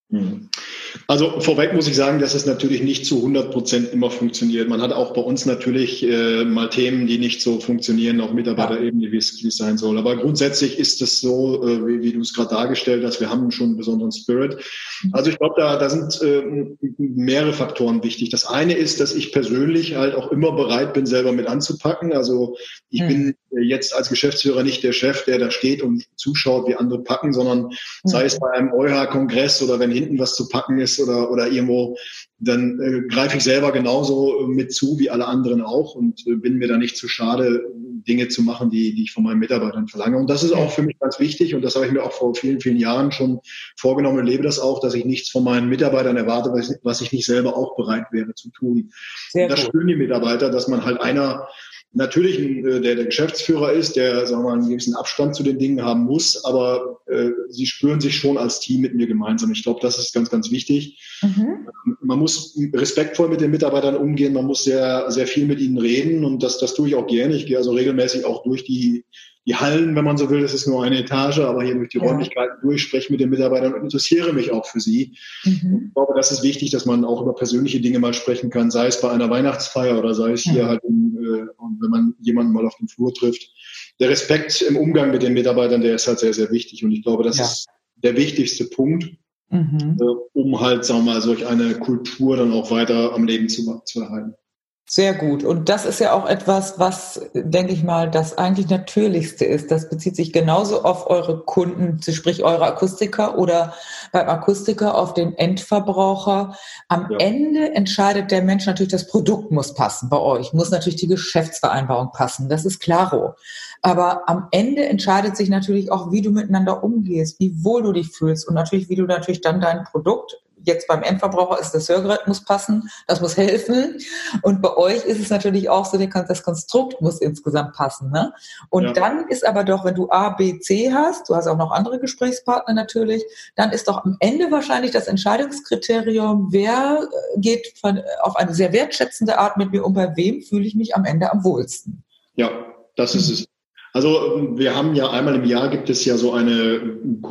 Also vorweg muss ich sagen, dass es natürlich nicht zu hundert Prozent immer funktioniert. Man hat auch bei uns natürlich äh, mal Themen, die nicht so funktionieren auf Mitarbeiterebene, wie es, wie es sein soll. Aber grundsätzlich ist es so, äh, wie, wie du es gerade dargestellt hast, wir haben schon einen besonderen Spirit. Also ich glaube, da, da sind äh, mehrere Faktoren wichtig. Das eine ist, dass ich persönlich halt auch immer bereit bin, selber mit anzupacken. Also ich hm. bin jetzt als Geschäftsführer nicht der Chef, der da steht und zuschaut, wie andere packen, sondern hm. sei es bei einem E U H A-Kongress oder wenn hinten was zu packen ist oder, oder irgendwo, dann äh, greife ich selber genauso mit zu wie alle anderen auch und äh, bin mir da nicht zu schade, Dinge zu machen, die, die ich von meinen Mitarbeitern verlange. Und das ist auch für mich ganz wichtig und das habe ich mir auch vor vielen, vielen Jahren schon vorgenommen und lebe das auch, dass ich nichts von meinen Mitarbeitern erwarte, was ich, was ich nicht selber auch bereit wäre zu tun. Sehr und das spüren die Mitarbeiter, dass man halt einer natürlich der der Geschäftsführer ist, der, sagen wir mal, einen gewissen Abstand zu den Dingen haben muss, aber äh, sie spüren sich schon als Team mit mir gemeinsam. Ich glaube, das ist ganz, ganz wichtig. Mhm. Man muss respektvoll mit den Mitarbeitern umgehen, man muss sehr, sehr viel mit ihnen reden und das, das tue ich auch gerne. Ich gehe also regelmäßig auch durch die die Hallen, wenn man so will, das ist nur eine Etage, aber hier durch die ja. Räumlichkeiten durch, spreche mit den Mitarbeitern und interessiere mich auch für sie. Mhm. Ich glaube, das ist wichtig, dass man auch über persönliche Dinge mal sprechen kann, sei es bei einer Weihnachtsfeier oder sei es hier mhm. halt, in, äh, wenn man jemanden mal auf dem Flur trifft. Der Respekt im Umgang mit den Mitarbeitern, der ist halt sehr, sehr wichtig und ich glaube, das ja. ist der wichtigste Punkt, mhm. äh, um halt, sagen wir mal, solch eine Kultur dann auch weiter am Leben zu, zu erhalten. Sehr gut. Und das ist ja auch etwas, was, denke ich mal, das eigentlich Natürlichste ist. Das bezieht sich genauso auf eure Kunden, sprich eure Akustiker oder beim Akustiker auf den Endverbraucher. Am ja. Ende entscheidet der Mensch natürlich, das Produkt muss passen bei euch, muss natürlich die Geschäftsvereinbarung passen. Das ist klaro. Aber am Ende entscheidet sich natürlich auch, wie du miteinander umgehst, wie wohl du dich fühlst und natürlich, wie du natürlich dann dein Produkt, jetzt beim Endverbraucher ist das Hörgerät muss passen, das muss helfen. Und bei euch ist es natürlich auch so, das Konstrukt muss insgesamt passen. Ne? Und ja. dann ist aber doch, wenn du A, B, C hast, du hast auch noch andere Gesprächspartner natürlich, dann ist doch am Ende wahrscheinlich das Entscheidungskriterium, wer geht von, auf eine sehr wertschätzende Art mit mir um, bei wem fühle ich mich am Ende am wohlsten. Ja, das ist es. Also wir haben ja einmal im Jahr gibt es ja so eine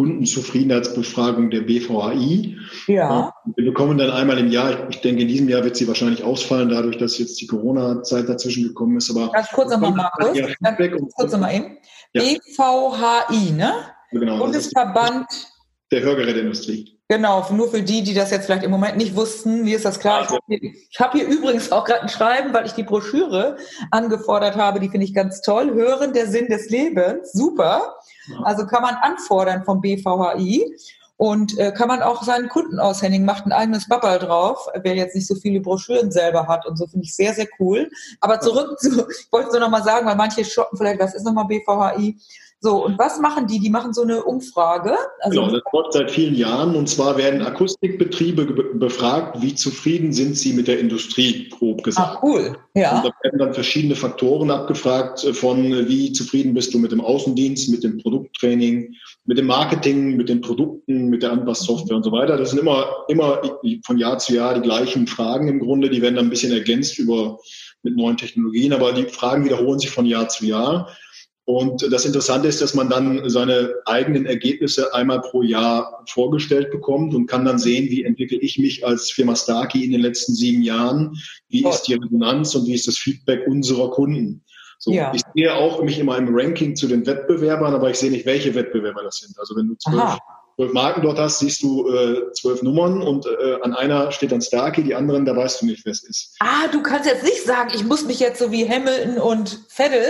Kundenzufriedenheitsbefragung der B V H I. Ja. Wir bekommen dann einmal im Jahr, ich denke in diesem Jahr wird sie wahrscheinlich ausfallen, dadurch, dass jetzt die Corona-Zeit dazwischen gekommen ist. Aber ganz kurz nochmal, Markus, ja, ganz kurz nochmal eben. Ja. B V H I, ne? Genau, Bundesverband der Hörgeräteindustrie. Genau, nur für die, die das jetzt vielleicht im Moment nicht wussten, mir ist das klar. Ich habe hier, ich hab hier übrigens auch gerade ein Schreiben, weil ich die Broschüre angefordert habe, die finde ich ganz toll. Hören, der Sinn des Lebens, super. Also kann man anfordern vom B V H I und äh, kann man auch seinen Kunden aushändigen, macht ein eigenes Babbel drauf, wer jetzt nicht so viele Broschüren selber hat und so, finde ich sehr, sehr cool. Aber zurück zu, ich wollte so nochmal sagen, weil manche schocken vielleicht, was ist nochmal B V H I? So, und was machen die? Die machen so eine Umfrage. Also genau, das läuft seit vielen Jahren. Und zwar werden Akustikbetriebe be- befragt, wie zufrieden sind sie mit der Industrie, grob gesagt. Ah, cool. Ja. Und da werden dann verschiedene Faktoren abgefragt, von wie zufrieden bist du mit dem Außendienst, mit dem Produkttraining, mit dem Marketing, mit den Produkten, mit der Anpasssoftware und so weiter. Das sind immer, immer von Jahr zu Jahr die gleichen Fragen im Grunde. Die werden dann ein bisschen ergänzt über, mit neuen Technologien, aber die Fragen wiederholen sich von Jahr zu Jahr. Und das Interessante ist, dass man dann seine eigenen Ergebnisse einmal pro Jahr vorgestellt bekommt und kann dann sehen, wie entwickle ich mich als Firma Starkey in den letzten sieben Jahren, wie ist die Resonanz und wie ist das Feedback unserer Kunden. So, ja. Ich sehe auch mich immer im Ranking zu den Wettbewerbern, aber ich sehe nicht, welche Wettbewerber das sind. Also wenn du zwölf, zwölf Marken dort hast, siehst du äh, zwölf Nummern und äh, an einer steht dann Starkey, die anderen, da weißt du nicht, wer es ist. Ah, du kannst jetzt nicht sagen, ich muss mich jetzt so wie Hamilton und Vettel,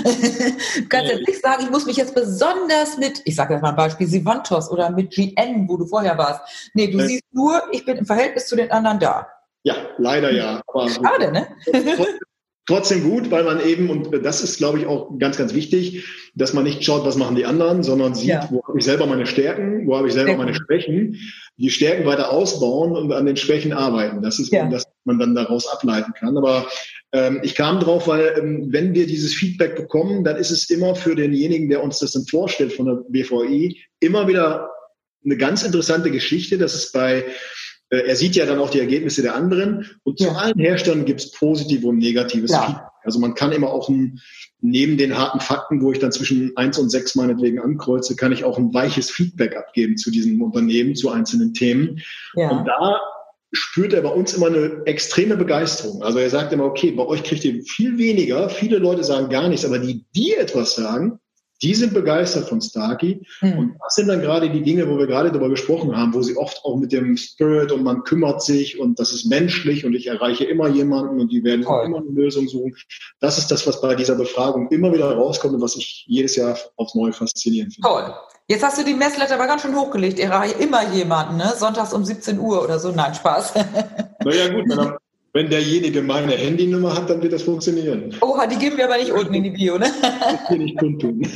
du kannst nee. jetzt nicht sagen, ich muss mich jetzt besonders mit, ich sage jetzt mal ein Beispiel, Sivantos oder mit G M, wo du vorher warst. Nee, du nee. siehst nur, ich bin im Verhältnis zu den anderen da. Ja, leider ja. Aber schade, ne? Trotzdem gut, weil man eben, und das ist, glaube ich, auch ganz, ganz wichtig, dass man nicht schaut, was machen die anderen, sondern sieht, ja. wo habe ich selber meine Stärken, wo habe ich selber meine Schwächen, die Stärken weiter ausbauen und an den Schwächen arbeiten. Das ist, ja. das man dann daraus ableiten kann. Aber ähm, ich kam drauf, weil ähm, wenn wir dieses Feedback bekommen, dann ist es immer für denjenigen, der uns das dann vorstellt von der B V I, immer wieder eine ganz interessante Geschichte, dass es bei Er sieht ja dann auch die Ergebnisse der anderen und ja. zu allen Herstellern gibt es positive und negatives ja. Feedback. Also man kann immer auch ein, neben den harten Fakten, wo ich dann zwischen eins und sechs meinetwegen ankreuze, kann ich auch ein weiches Feedback abgeben zu diesem Unternehmen, zu einzelnen Themen. Ja. Und da spürt er bei uns immer eine extreme Begeisterung. Also er sagt immer, okay, bei euch kriegt ihr viel weniger, viele Leute sagen gar nichts, aber die, die etwas sagen, die sind begeistert von Starkey. Mhm. Und das sind dann gerade die Dinge, wo wir gerade darüber gesprochen haben, wo sie oft auch mit dem Spirit und man kümmert sich und das ist menschlich und ich erreiche immer jemanden und die werden Toll. Immer eine Lösung suchen. Das ist das, was bei dieser Befragung immer wieder rauskommt und was ich jedes Jahr aufs Neue faszinierend finde. Toll. Jetzt hast du die Messlatte aber ganz schön hochgelegt. Ich erreiche immer jemanden, ne? Sonntags um siebzehn Uhr oder so. Nein, Spaß. Naja, gut, wenn, wenn derjenige meine Handynummer hat, dann wird das funktionieren. Oha, die geben wir aber nicht unten in die Bio, ne? Das will ich kundtun.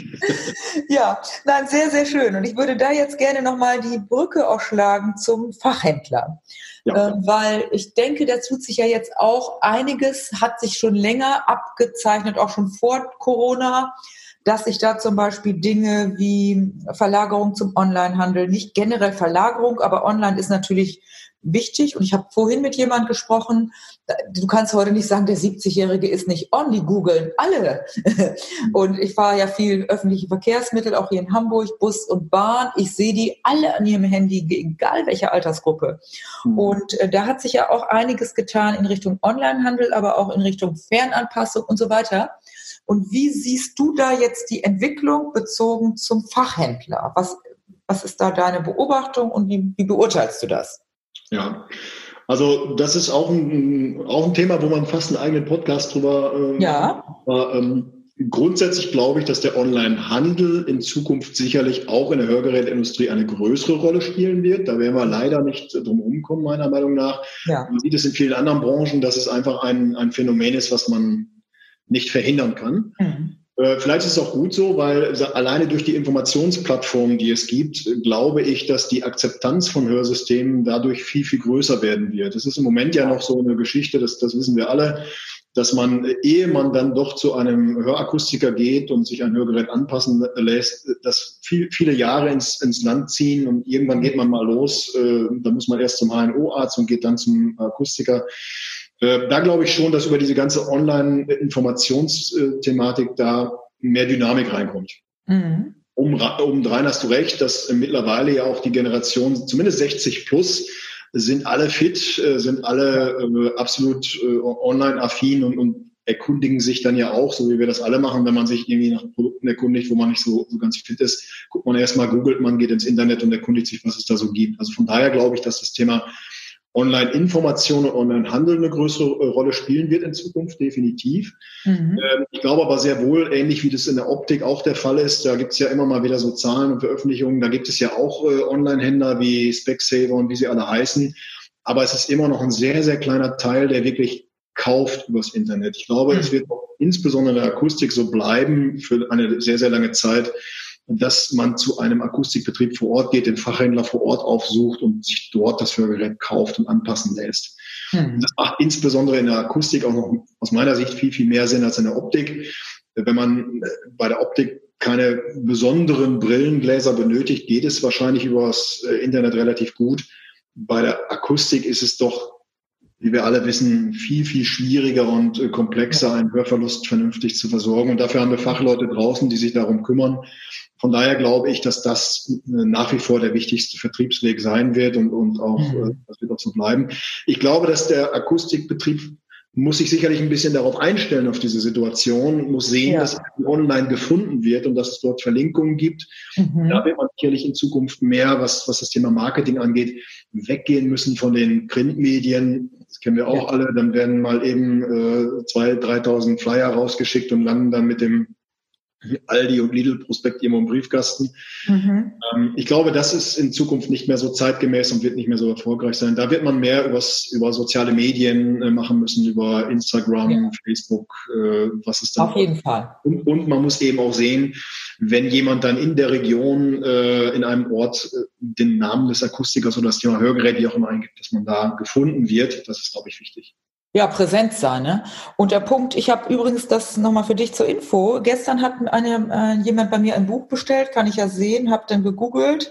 Ja, nein, sehr, sehr schön. Und ich würde da jetzt gerne nochmal die Brücke auch schlagen zum Fachhändler. Ja. Ähm, weil ich denke, da tut sich ja jetzt auch einiges, hat sich schon länger abgezeichnet, auch schon vor Corona, dass sich da zum Beispiel Dinge wie Verlagerung zum Onlinehandel, nicht generell Verlagerung, aber online ist natürlich wichtig. Und ich habe vorhin mit jemandem gesprochen, du kannst heute nicht sagen, der siebzigjährige ist nicht on, die googeln alle. Und ich fahre ja viel öffentliche Verkehrsmittel, auch hier in Hamburg, Bus und Bahn. Ich sehe die alle an ihrem Handy, egal welche Altersgruppe. Mhm. Und äh, da hat sich ja auch einiges getan in Richtung Onlinehandel, aber auch in Richtung Fernanpassung und so weiter. Und wie siehst du da jetzt die Entwicklung bezogen zum Fachhändler? Was, was ist da deine Beobachtung und wie, wie beurteilst du das? Ja, also das ist auch ein, auch ein Thema, wo man fast einen eigenen Podcast drüber ähm, ja. Aber, ähm, grundsätzlich glaube ich, dass der Onlinehandel in Zukunft sicherlich auch in der Hörgeräteindustrie eine größere Rolle spielen wird. Da werden wir leider nicht drum rumkommen, meiner Meinung nach. Ja. Man sieht es in vielen anderen Branchen, dass es einfach ein, ein Phänomen ist, was man nicht verhindern kann. Mhm. Äh, vielleicht ist es auch gut so, weil alleine durch die Informationsplattformen, die es gibt, glaube ich, dass die Akzeptanz von Hörsystemen dadurch viel, viel größer werden wird. Das ist im Moment ja noch so eine Geschichte, das, das wissen wir alle, dass man, ehe man dann doch zu einem Hörakustiker geht und sich ein Hörgerät anpassen lässt, dass viel, viele Jahre ins, ins Land ziehen und irgendwann geht man mal los. Äh, da muss man erst zum H N O-Arzt und geht dann zum Akustiker. Da glaube ich schon, dass über diese ganze Online-Informationsthematik da mehr Dynamik reinkommt. Mhm. Um, obendrein hast du recht, dass mittlerweile ja auch die Generation, zumindest sechzig plus, sind alle fit, sind alle äh, absolut äh, online-affin und, und erkundigen sich dann ja auch, so wie wir das alle machen, wenn man sich irgendwie nach Produkten erkundigt, wo man nicht so, so ganz fit ist, guckt man erstmal, googelt man, geht ins Internet und erkundigt sich, was es da so gibt. Also von daher glaube ich, dass das Thema Online-Information und Online-Handel eine größere Rolle spielen wird in Zukunft, definitiv. Mhm. Ähm, ich glaube aber sehr wohl, ähnlich wie das in der Optik auch der Fall ist, da gibt es ja immer mal wieder so Zahlen und Veröffentlichungen, da gibt es ja auch äh, Online-Händler wie Specsavor und wie sie alle heißen, aber es ist immer noch ein sehr, sehr kleiner Teil, der wirklich kauft übers Internet. Ich glaube, mhm. es wird auch insbesondere in der Akustik so bleiben für eine sehr, sehr lange Zeit, dass man zu einem Akustikbetrieb vor Ort geht, den Fachhändler vor Ort aufsucht und sich dort das Hörgerät kauft und anpassen lässt. Mhm. Das macht insbesondere in der Akustik auch noch aus meiner Sicht viel, viel mehr Sinn als in der Optik. Wenn man bei der Optik keine besonderen Brillengläser benötigt, geht es wahrscheinlich über das Internet relativ gut. Bei der Akustik ist es doch, wie wir alle wissen, viel, viel schwieriger und komplexer, einen Hörverlust vernünftig zu versorgen. Und dafür haben wir Fachleute draußen, die sich darum kümmern. Von daher glaube ich, dass das nach wie vor der wichtigste Vertriebsweg sein wird und, und auch, mhm. das wird auch so bleiben. Ich glaube, dass der Akustikbetrieb muss sich sicherlich ein bisschen darauf einstellen, auf diese Situation, muss sehen, ja. dass online gefunden wird und dass es dort Verlinkungen gibt. Mhm. Da wird man sicherlich in Zukunft mehr, was, was das Thema Marketing angeht, weggehen müssen von den Printmedien. Das kennen wir auch ja. alle. Dann werden mal eben äh, zweitausend, dreitausend Flyer rausgeschickt und landen dann mit dem Aldi und Lidl-Prospekt irgendwo im Briefkasten. Mhm. Ähm, ich glaube, das ist in Zukunft nicht mehr so zeitgemäß und wird nicht mehr so erfolgreich sein. Da wird man mehr übers, über soziale Medien äh, machen müssen, über Instagram, ja. Facebook, äh, was es dann auf jeden Fall. Und, und man muss eben auch sehen, wenn jemand dann in der Region, äh, in einem Ort äh, den Namen des Akustikers oder das Thema Hörgerät, wie auch immer eingibt, dass man da gefunden wird, das ist, glaube ich, wichtig. Ja, präsent sein, ne? Und der Punkt, ich habe übrigens das nochmal für dich zur Info. Gestern hat eine, äh, jemand bei mir ein Buch bestellt, kann ich ja sehen, habe dann gegoogelt,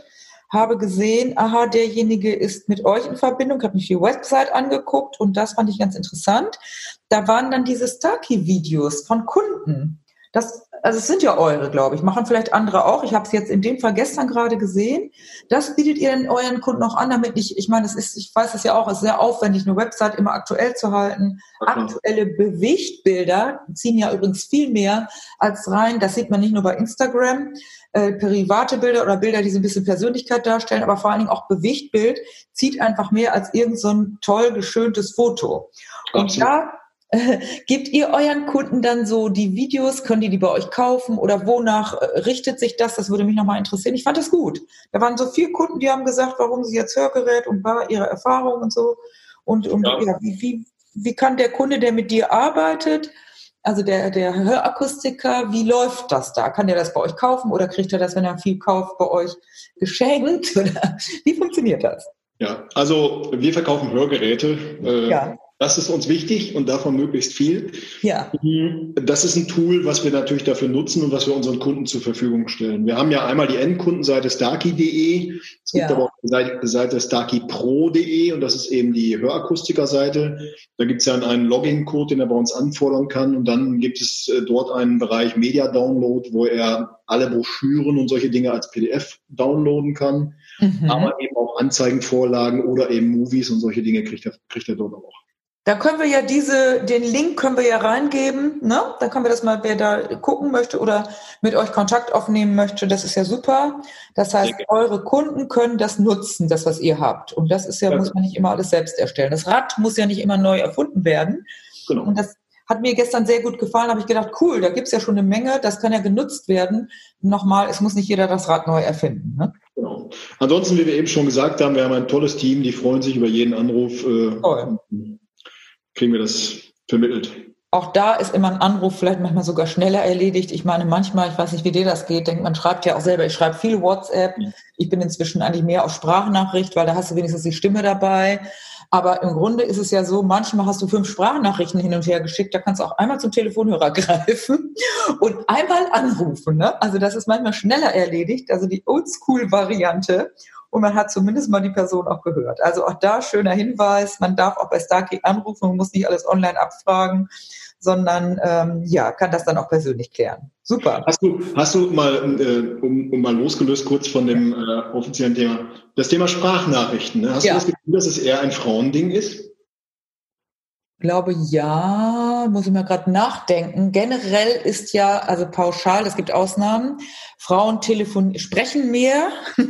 habe gesehen, aha, derjenige ist mit euch in Verbindung, habe mich die Website angeguckt und das fand ich ganz interessant. Da waren dann diese Starkey-Videos von Kunden. Das, also es sind ja eure, glaube ich, machen vielleicht andere auch. Ich habe es jetzt in dem Fall gestern gerade gesehen. Das bietet ihr dann euren Kunden auch an, damit nicht, ich meine, es ist, ich weiß es ja auch, es ist sehr aufwendig, eine Website immer aktuell zu halten. Okay. Aktuelle Bewegtbilder ziehen ja übrigens viel mehr als rein. Das sieht man nicht nur bei Instagram, äh, private Bilder oder Bilder, die so ein bisschen Persönlichkeit darstellen, aber vor allen Dingen auch Bewegtbild zieht einfach mehr als irgend so ein toll geschöntes Foto. Und Absolut. da Gebt ihr euren Kunden dann so die Videos, können die die bei euch kaufen oder wonach richtet sich das? Das würde mich nochmal interessieren. Ich fand das gut. Da waren so viele Kunden, die haben gesagt, warum sie jetzt Hörgerät und war ihre Erfahrung und so. Und, und ja. Ja, wie, wie, wie kann der Kunde, der mit dir arbeitet, also der, der Hörakustiker, wie läuft das da? Kann der das bei euch kaufen oder kriegt er das, wenn er viel kauft, bei euch geschenkt? Oder wie funktioniert das? Ja, also wir verkaufen Hörgeräte. Äh, ja. Das ist uns wichtig und davon möglichst viel. Ja. Das ist ein Tool, was wir natürlich dafür nutzen und was wir unseren Kunden zur Verfügung stellen. Wir haben ja einmal die Endkundenseite starkey punkt de. Es gibt ja. aber auch die Seite, Seite starkey pro punkt de und das ist eben die Hörakustiker-Seite. Da gibt es ja einen Login-Code, den er bei uns anfordern kann und dann gibt es dort einen Bereich Media-Download, wo er alle Broschüren und solche Dinge als P D F downloaden kann, mhm. aber eben auch Anzeigenvorlagen oder eben Movies und solche Dinge kriegt er, kriegt er dort auch. Da können wir ja diese, den Link können wir ja reingeben, ne? Da können wir das mal, wer da gucken möchte oder mit euch Kontakt aufnehmen möchte, das ist ja super. Das heißt, eure Kunden können das nutzen, das, was ihr habt. Und das ist ja, ja, muss man nicht immer alles selbst erstellen. Das Rad muss ja nicht immer neu erfunden werden. Genau. Und das hat mir gestern sehr gut gefallen, habe ich gedacht, cool, da gibt's ja schon eine Menge, das kann ja genutzt werden. Nochmal, es muss nicht jeder das Rad neu erfinden, ne? Genau. Ansonsten, wie wir eben schon gesagt haben, wir haben ein tolles Team, die freuen sich über jeden Anruf. Äh, Toll. Kriegen wir das vermittelt. Auch da ist immer ein Anruf vielleicht manchmal sogar schneller erledigt. Ich meine, manchmal, ich weiß nicht, wie dir das geht, denkt man, schreibt ja auch selber, ich schreibe viel WhatsApp. Ich bin inzwischen eigentlich mehr auf Sprachnachricht, weil da hast du wenigstens die Stimme dabei. Aber im Grunde ist es ja so, manchmal hast du fünf Sprachnachrichten hin und her geschickt, da kannst du auch einmal zum Telefonhörer greifen und einmal anrufen, ne? Also das ist manchmal schneller erledigt, also die Oldschool-Variante. Und man hat zumindest mal die Person auch gehört. Also auch da schöner Hinweis, man darf auch bei Starkey anrufen, man muss nicht alles online abfragen, sondern ähm, ja, kann das dann auch persönlich klären. Super. Hast du, hast du mal, äh, um, um mal losgelöst kurz von dem äh, offiziellen Thema, das Thema Sprachnachrichten, ne? Hast ja. du das Gefühl, dass es eher ein Frauending ist? Ich glaube, ja, muss ich mal gerade nachdenken. Generell ist ja, also pauschal, es gibt Ausnahmen, Frauen telefon sprechen mehr,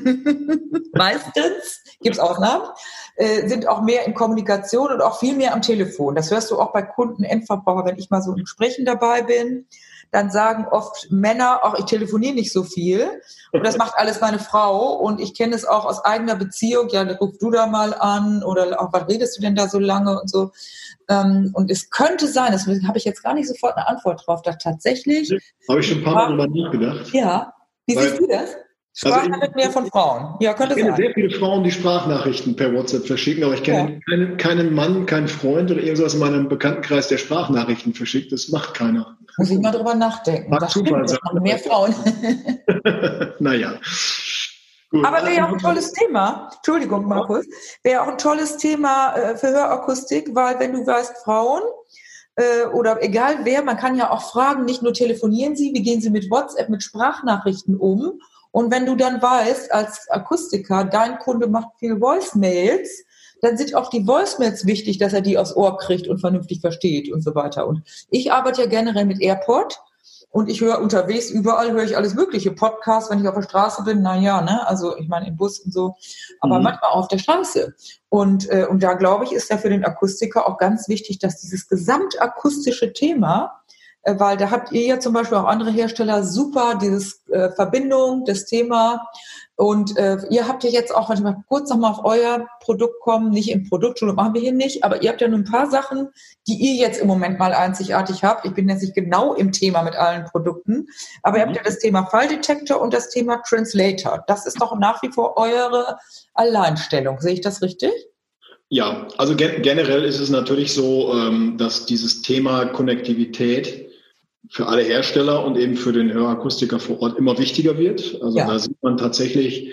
meistens, gibt es Ausnahmen, äh, sind auch mehr in Kommunikation und auch viel mehr am Telefon. Das hörst du auch bei Kunden, Endverbraucher, wenn ich mal so im Sprechen dabei bin. Dann sagen oft Männer, auch ich telefoniere nicht so viel und das macht alles meine Frau und ich kenne es auch aus eigener Beziehung, ja, ruf du da mal an oder auch, was redest du denn da so lange und so. Und es könnte sein, deswegen habe ich jetzt gar nicht sofort eine Antwort drauf, da tatsächlich. Habe ich schon ein paar Mal drüber nachgedacht. Ja, wie siehst du das? Sprachnachrichten mehr von Frauen. Ja, könnte sein. Ich kenne sein. sehr viele Frauen, die Sprachnachrichten per WhatsApp verschicken, aber ich kenne ja. keinen, keinen Mann, keinen Freund oder irgendwas in meinem Bekanntenkreis, der Sprachnachrichten verschickt. Das macht keiner. Muss ich mal drüber nachdenken. Mag das Zufall sein. Mehr Frauen. Naja. Gut. Aber wäre ja auch ein tolles Thema, Entschuldigung Markus, wäre auch ein tolles Thema äh, für Hörakustik, weil wenn du weißt, Frauen äh, oder egal wer, man kann ja auch fragen, nicht nur telefonieren sie, wie gehen sie mit WhatsApp, mit Sprachnachrichten um? Und wenn du dann weißt, als Akustiker, dein Kunde macht viel Voicemails, dann sind auch die Voicemails wichtig, dass er die aufs Ohr kriegt und vernünftig versteht und so weiter. Und ich arbeite ja generell mit AirPod. Und ich höre unterwegs, überall höre ich alles mögliche. Podcasts, wenn ich auf der Straße bin, na ja, ne, also ich meine im Bus und so, aber mhm. manchmal auch auf der Straße. Und, äh, und da glaube ich, ist ja für den Akustiker auch ganz wichtig, dass dieses gesamtakustische Thema, äh, weil da habt ihr ja zum Beispiel auch andere Hersteller super, dieses äh, Verbindung, das Thema. Und äh, ihr habt ja jetzt auch, wenn ich mal kurz nochmal auf euer Produkt kommen, nicht im Produktschule, machen wir hier nicht, aber ihr habt ja nur ein paar Sachen, die ihr jetzt im Moment mal einzigartig habt. Ich bin jetzt nicht genau im Thema mit allen Produkten, aber mhm. ihr habt ja das Thema Falldetektor und das Thema Translator. Das ist doch nach wie vor eure Alleinstellung. Sehe ich das richtig? Ja, also gen- generell ist es natürlich so, ähm, dass dieses Thema Konnektivität für alle Hersteller und eben für den Hörakustiker vor Ort immer wichtiger wird. Also ja. da sieht man tatsächlich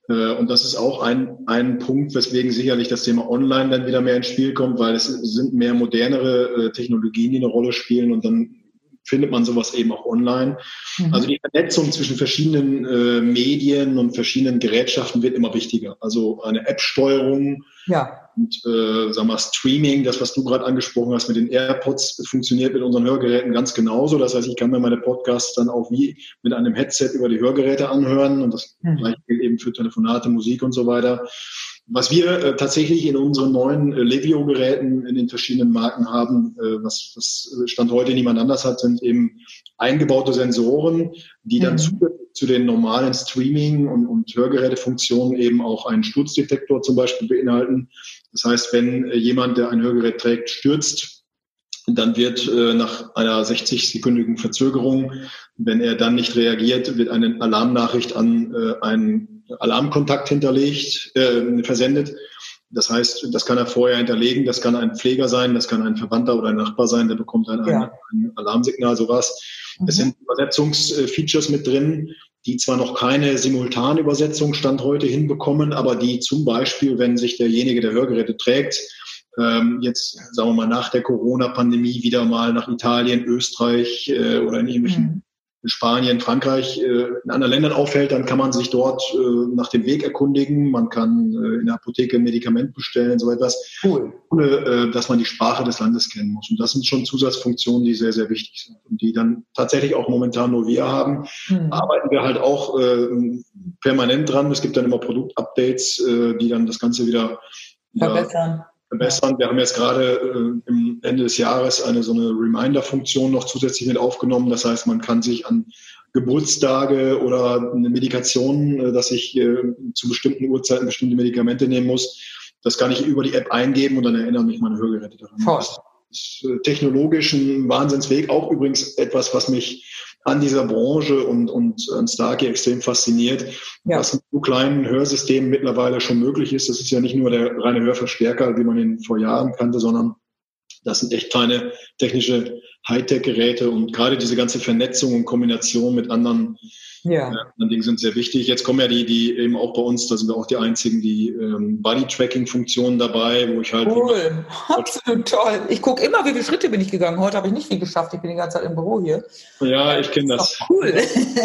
Und das ist auch ein, ein Punkt, weswegen sicherlich das Thema Online dann wieder mehr ins Spiel kommt, weil es sind mehr modernere Technologien, die eine Rolle spielen und dann findet man sowas eben auch online. Mhm. Also die Vernetzung zwischen verschiedenen äh, Medien und verschiedenen Gerätschaften wird immer wichtiger. Also eine App-Steuerung ja. und äh, sag mal Streaming, das, was du gerade angesprochen hast mit den AirPods, funktioniert mit unseren Hörgeräten ganz genauso. Das heißt, ich kann mir meine Podcasts dann auch wie mit einem Headset über die Hörgeräte anhören und das mhm. gleiche gilt eben für Telefonate, Musik und so weiter. Was wir äh, tatsächlich in unseren neuen äh, Levio-Geräten in den verschiedenen Marken haben, äh, was, was Stand heute niemand anders hat, sind eben eingebaute Sensoren, die dann mhm. zusätzlich zu den normalen Streaming- und, und Hörgerätefunktionen eben auch einen Sturzdetektor zum Beispiel beinhalten. Das heißt, wenn äh, jemand, der ein Hörgerät trägt, stürzt, dann wird äh, nach einer sechzig-sekündigen Verzögerung, wenn er dann nicht reagiert, wird eine Alarmnachricht an äh, einen Alarmkontakt hinterlegt, äh, versendet. Das heißt, das kann er vorher hinterlegen, das kann ein Pfleger sein, das kann ein Verwandter oder ein Nachbar sein, der bekommt dann ja. ein, ein Alarmsignal, sowas. Mhm. Es sind Übersetzungsfeatures mit drin, die zwar noch keine Simultanübersetzung Stand heute hinbekommen, aber die zum Beispiel, wenn sich derjenige, der Hörgeräte trägt, ähm, jetzt, sagen wir mal, nach der Corona-Pandemie wieder mal nach Italien, Österreich äh, oder in irgendwelchen mhm. in Spanien, Frankreich, äh, in anderen Ländern auffällt, dann kann man sich dort äh, nach dem Weg erkundigen. Man kann äh, in der Apotheke ein Medikament bestellen, so etwas, cool. ohne äh, dass man die Sprache des Landes kennen muss. Und das sind schon Zusatzfunktionen, die sehr, sehr wichtig sind und die dann tatsächlich auch momentan nur wir haben. Mhm. Arbeiten wir halt auch äh, permanent dran. Es gibt dann immer Produktupdates, äh, die dann das Ganze wieder, wieder verbessern. verbessern. Wir haben jetzt gerade äh, im Ende des Jahres eine so eine Reminder-Funktion noch zusätzlich mit aufgenommen. Das heißt, man kann sich an Geburtstage oder eine Medikation, äh, dass ich äh, zu bestimmten Uhrzeiten bestimmte Medikamente nehmen muss, das kann ich über die App eingeben und dann erinnern mich meine Hörgeräte daran. Voll. Das ist äh, technologisch ein Wahnsinnsweg. Auch übrigens etwas, was mich an dieser Branche und, und an Starkey extrem fasziniert, ja. was mit so kleinen Hörsystemen mittlerweile schon möglich ist. Das ist ja nicht nur der reine Hörverstärker, wie man ihn vor Jahren kannte, sondern das sind echt kleine technische Hightech-Geräte und gerade diese ganze Vernetzung und Kombination mit anderen ja. äh, anderen Dingen sind sehr wichtig. Jetzt kommen ja die, die eben auch bei uns, da sind wir auch die einzigen, die ähm, Body-Tracking-Funktionen dabei, wo ich halt... Cool, absolut toll. Ich gucke immer, wie viele Schritte bin ich gegangen. Heute habe ich nicht viel geschafft, ich bin die ganze Zeit im Büro hier. Ja, ich kenne das. das cool.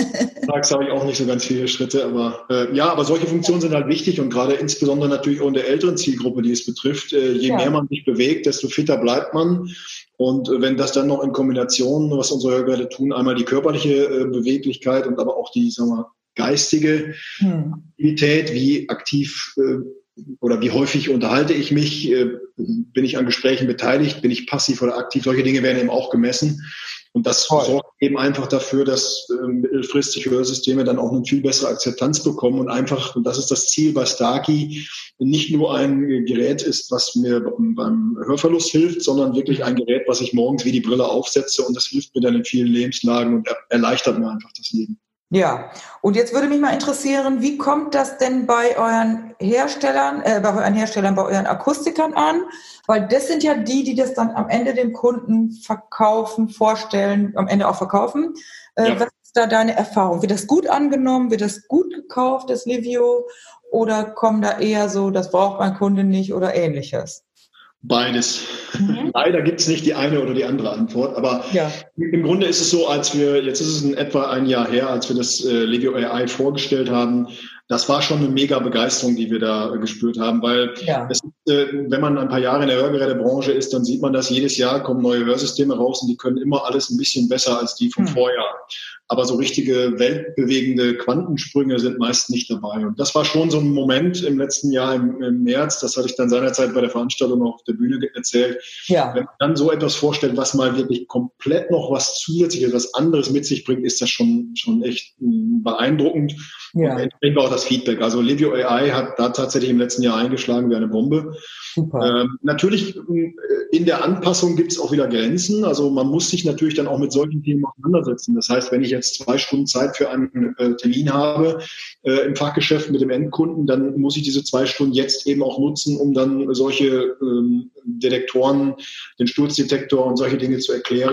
Tags habe ich auch nicht so ganz viele Schritte, aber äh, ja, aber solche Funktionen sind halt wichtig und gerade insbesondere natürlich auch in der älteren Zielgruppe, die es betrifft. Äh, je ja. mehr man sich bewegt, desto fitter bleibt man. Und wenn das dann noch in Kombination, was unsere Hörgeräte tun, einmal die körperliche äh, Beweglichkeit und aber auch die, sagen wir, geistige hm. Aktivität, wie aktiv äh, oder wie häufig unterhalte ich mich, äh, bin ich an Gesprächen beteiligt, bin ich passiv oder aktiv, solche Dinge werden eben auch gemessen. Und das Toll. sorgt eben einfach dafür, dass äh, mittelfristig Hörsysteme dann auch eine viel bessere Akzeptanz bekommen und einfach, und das ist das Ziel bei Starkey, nicht nur ein Gerät ist, was mir beim Hörverlust hilft, sondern wirklich ein Gerät, was ich morgens wie die Brille aufsetze und das hilft mir dann in vielen Lebenslagen und er, erleichtert mir einfach das Leben. Ja, und jetzt würde mich mal interessieren, wie kommt das denn bei euren Herstellern, äh, bei euren Herstellern, bei euren Akustikern an? Weil das sind ja die, die das dann am Ende dem Kunden verkaufen, vorstellen, am Ende auch verkaufen. Äh, ja. Was ist da deine Erfahrung? Wird das gut angenommen? Wird das gut gekauft, das Levio? Oder kommen da eher so, das braucht mein Kunde nicht oder Ähnliches? Beides. Mhm. Leider gibt es nicht die eine oder die andere Antwort, aber ja. im Grunde ist es so, als wir, jetzt ist es in etwa ein Jahr her, als wir das äh, Levio A I vorgestellt haben, das war schon eine mega Begeisterung, die wir da äh, gespürt haben, weil ja. es ist, äh, wenn man ein paar Jahre in der Hörgerätebranche ist, dann sieht man, dass jedes Jahr kommen neue Hörsysteme raus und die können immer alles ein bisschen besser als die vom mhm. Vorjahr. Aber so richtige weltbewegende Quantensprünge sind meist nicht dabei. Und das war schon so ein Moment im letzten Jahr im, im März, das hatte ich dann seinerzeit bei der Veranstaltung auf der Bühne erzählt. Ja. Wenn man dann so etwas vorstellt, was mal wirklich komplett noch was Zusätzliches, was anderes mit sich bringt, ist das schon, schon echt beeindruckend. Ja. Und entsprechend war auch das Feedback. Also Levio A I hat da tatsächlich im letzten Jahr eingeschlagen wie eine Bombe. Super. Ähm, natürlich in der Anpassung gibt es auch wieder Grenzen. Also man muss sich natürlich dann auch mit solchen Themen auseinandersetzen. Das heißt, wenn ich jetzt zwei Stunden Zeit für einen äh, Termin habe äh, im Fachgeschäft mit dem Endkunden, dann muss ich diese zwei Stunden jetzt eben auch nutzen, um dann solche ähm, Detektoren, den Sturzdetektor und solche Dinge zu erklären.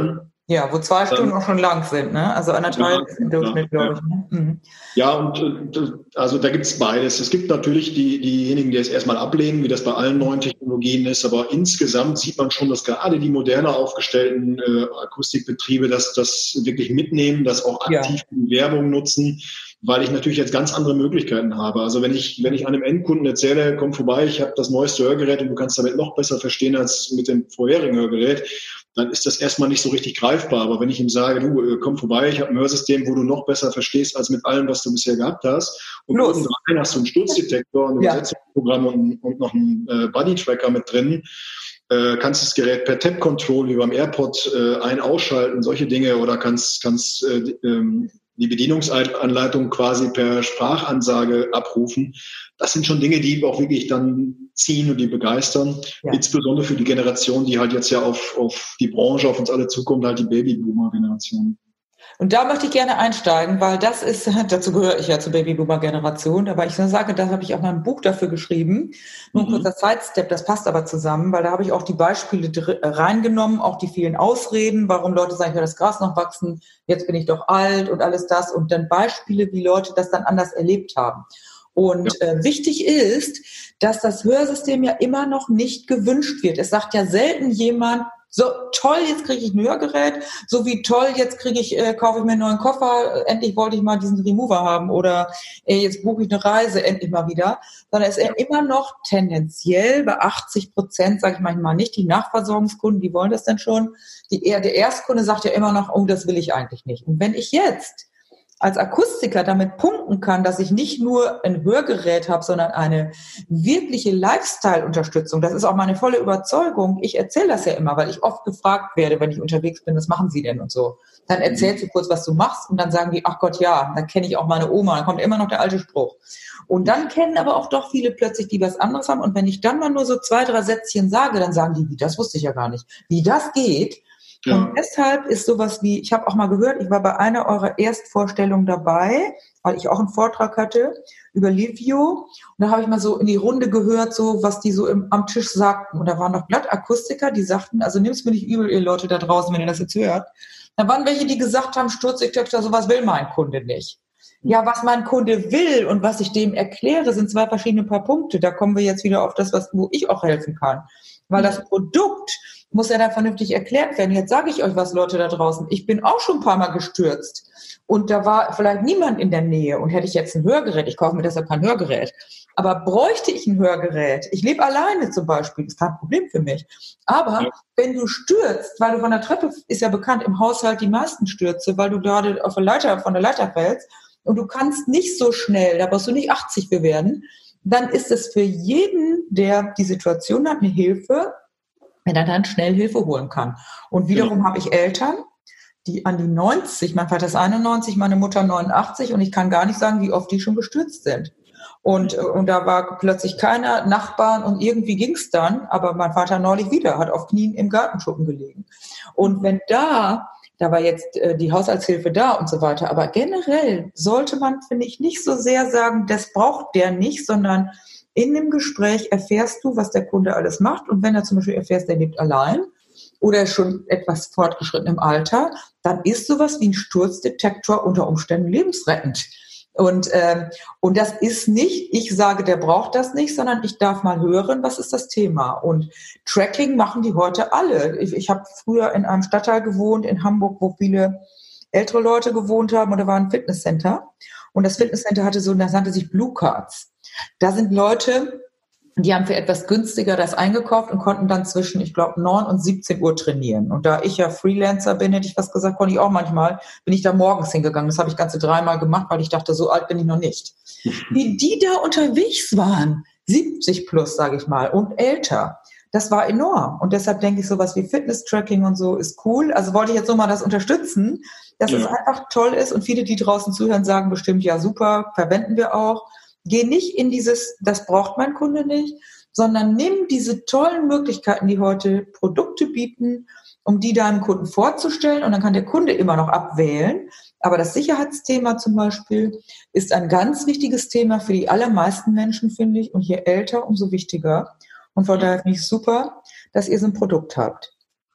Ja, wo zwei Stunden auch schon lang sind, ne? Also anderthalb Ja, ist im Durchschnitt, ja, glaube ich. Ne? Mhm. Ja, und äh, also da gibt's beides. Es gibt natürlich die, diejenigen, die es erstmal ablehnen, wie das bei allen neuen Technologien ist, aber insgesamt sieht man schon, dass gerade die moderner aufgestellten äh, Akustikbetriebe das, das wirklich mitnehmen, das auch aktiv Ja. in Werbung nutzen, weil ich natürlich jetzt ganz andere Möglichkeiten habe. Also wenn ich, wenn ich einem Endkunden erzähle, komm vorbei, ich habe das neueste Hörgerät und du kannst damit noch besser verstehen als mit dem vorherigen Hörgerät, dann ist das erstmal nicht so richtig greifbar. Aber wenn ich ihm sage, du, komm vorbei, ich habe ein Hörsystem, wo du noch besser verstehst als mit allem, was du bisher gehabt hast. Und Los. obendrein hast du einen Sturzdetektor, ein Ja. Übersetzungsprogramm und, und noch einen äh, Buddy-Tracker mit drin. Äh, kannst das Gerät per Tap-Control wie beim AirPod äh, ein-, ausschalten, solche Dinge, oder kannst, kannst äh, die, ähm, die Bedienungsanleitung quasi per Sprachansage abrufen. Das sind schon Dinge, die auch wirklich dann ziehen und die begeistern. Ja. Insbesondere für die Generation, die halt jetzt ja auf, auf die Branche, auf uns alle zukommt, halt die Babyboomer-Generation. Und da möchte ich gerne einsteigen, weil das ist, dazu gehöre ich ja zur Babyboomer-Generation, aber ich sage, da habe ich auch mal ein Buch dafür geschrieben. Nur ein Mhm. kurzer Sidestep, das passt aber zusammen, weil da habe ich auch die Beispiele dr- reingenommen, auch die vielen Ausreden, warum Leute sagen, ich will das Gras noch wachsen, jetzt bin ich doch alt und alles das, und dann Beispiele, wie Leute das dann anders erlebt haben. Und Ja. äh, wichtig ist, dass das Hörsystem ja immer noch nicht gewünscht wird. Es sagt ja selten jemand, so toll, jetzt kriege ich ein Hörgerät, so wie toll, jetzt kriege ich, äh, kaufe ich mir einen neuen Koffer, endlich wollte ich mal diesen Remover haben, oder äh, jetzt buche ich eine Reise, endlich mal wieder. Sondern es ist immer noch tendenziell bei achtzig Prozent, sage ich manchmal nicht, die Nachversorgungskunden, die wollen das dann schon. Die, der Erstkunde sagt ja immer noch, oh, das will ich eigentlich nicht. Und wenn ich jetzt als Akustiker damit punkten kann, dass ich nicht nur ein Hörgerät habe, sondern eine wirkliche Lifestyle-Unterstützung. Das ist auch meine volle Überzeugung. Ich erzähle das ja immer, weil ich oft gefragt werde, wenn ich unterwegs bin, was machen Sie denn und so. Dann erzählst du kurz, was du machst, und dann sagen die, ach Gott, ja, dann kenne ich auch meine Oma. Dann kommt immer noch der alte Spruch. Und dann kennen aber auch doch viele plötzlich, die was anderes haben. Und wenn ich dann mal nur so zwei, drei Sätzchen sage, dann sagen die, wie, das wusste ich ja gar nicht. Wie das geht. Ja. Und deshalb ist sowas wie, ich habe auch mal gehört, ich war bei einer eurer Erstvorstellungen dabei, weil ich auch einen Vortrag hatte über Livio. Und da habe ich mal so in die Runde gehört, so was die so im, am Tisch sagten. Und da waren noch Blattakustiker, die sagten, also nimm's mir nicht übel, ihr Leute da draußen, wenn ihr das jetzt hört. Da waren welche, die gesagt haben, Sturzdetektor, sowas will mein Kunde nicht. Ja, was mein Kunde will und was ich dem erkläre, sind zwei verschiedene paar Punkte. Da kommen wir jetzt wieder auf das, was, wo ich auch helfen kann. Weil das Produkt muss ja dann vernünftig erklärt werden. Jetzt sage ich euch was, Leute da draußen. Ich bin auch schon ein paar Mal gestürzt. Und da war vielleicht niemand in der Nähe. Und hätte ich jetzt ein Hörgerät, ich kaufe mir deshalb kein Hörgerät. Aber bräuchte ich ein Hörgerät, ich lebe alleine zum Beispiel, ist kein Problem für mich. Aber ja. wenn du stürzt, weil du von der Treppe, ist ja bekannt im Haushalt die meisten Stürze, weil du gerade auf der Leiter, von der Leiter fällst und du kannst nicht so schnell, da brauchst du nicht achtzig für werden, dann ist es für jeden, der die Situation hat, eine Hilfe, wenn er dann schnell Hilfe holen kann. Und wiederum ja. habe ich Eltern, die an die neunzig, mein Vater ist einundneunzig, meine Mutter neunundachtzig, und ich kann gar nicht sagen, wie oft die schon gestürzt sind. Und, und da war plötzlich keiner, Nachbarn, und irgendwie ging's dann, aber mein Vater neulich wieder, hat auf Knien im Gartenschuppen gelegen. Und wenn da, da war jetzt äh, die Haushaltshilfe da und so weiter, aber generell sollte man, finde ich, nicht so sehr sagen, das braucht der nicht, sondern in dem Gespräch erfährst du, was der Kunde alles macht. Und wenn er zum Beispiel erfährst, der lebt allein oder ist schon etwas fortgeschritten im Alter, dann ist sowas wie ein Sturzdetektor unter Umständen lebensrettend. Und, ähm, und das ist nicht, ich sage, der braucht das nicht, sondern ich darf mal hören, was ist das Thema. Und Tracking machen die heute alle. Ich, ich habe früher in einem Stadtteil gewohnt, in Hamburg, wo viele ältere Leute gewohnt haben, und da war ein Fitnesscenter. Und das Fitnesscenter hatte so, das nannte sich Blue Cards. Da sind Leute, die haben für etwas günstiger das eingekauft und konnten dann zwischen, ich glaube, neun und siebzehn Uhr trainieren. Und da ich ja Freelancer bin, hätte ich was gesagt, konnte ich auch manchmal, bin ich da morgens hingegangen. Das habe ich ganze dreimal gemacht, weil ich dachte, so alt bin ich noch nicht. Wie die da unterwegs waren, siebzig plus, sage ich mal, und älter, das war enorm. Und deshalb denke ich, sowas wie Fitness-Tracking und so ist cool. Also wollte ich jetzt nur mal das unterstützen, dass ja. es einfach toll ist. Und viele, die draußen zuhören, sagen bestimmt, ja super, verwenden wir auch. Geh nicht in dieses, das braucht mein Kunde nicht, sondern nimm diese tollen Möglichkeiten, die heute Produkte bieten, um die deinem Kunden vorzustellen, und dann kann der Kunde immer noch abwählen. Aber das Sicherheitsthema zum Beispiel ist ein ganz wichtiges Thema für die allermeisten Menschen, finde ich, und je älter, umso wichtiger. Und von daher finde ich super, dass ihr so ein Produkt habt.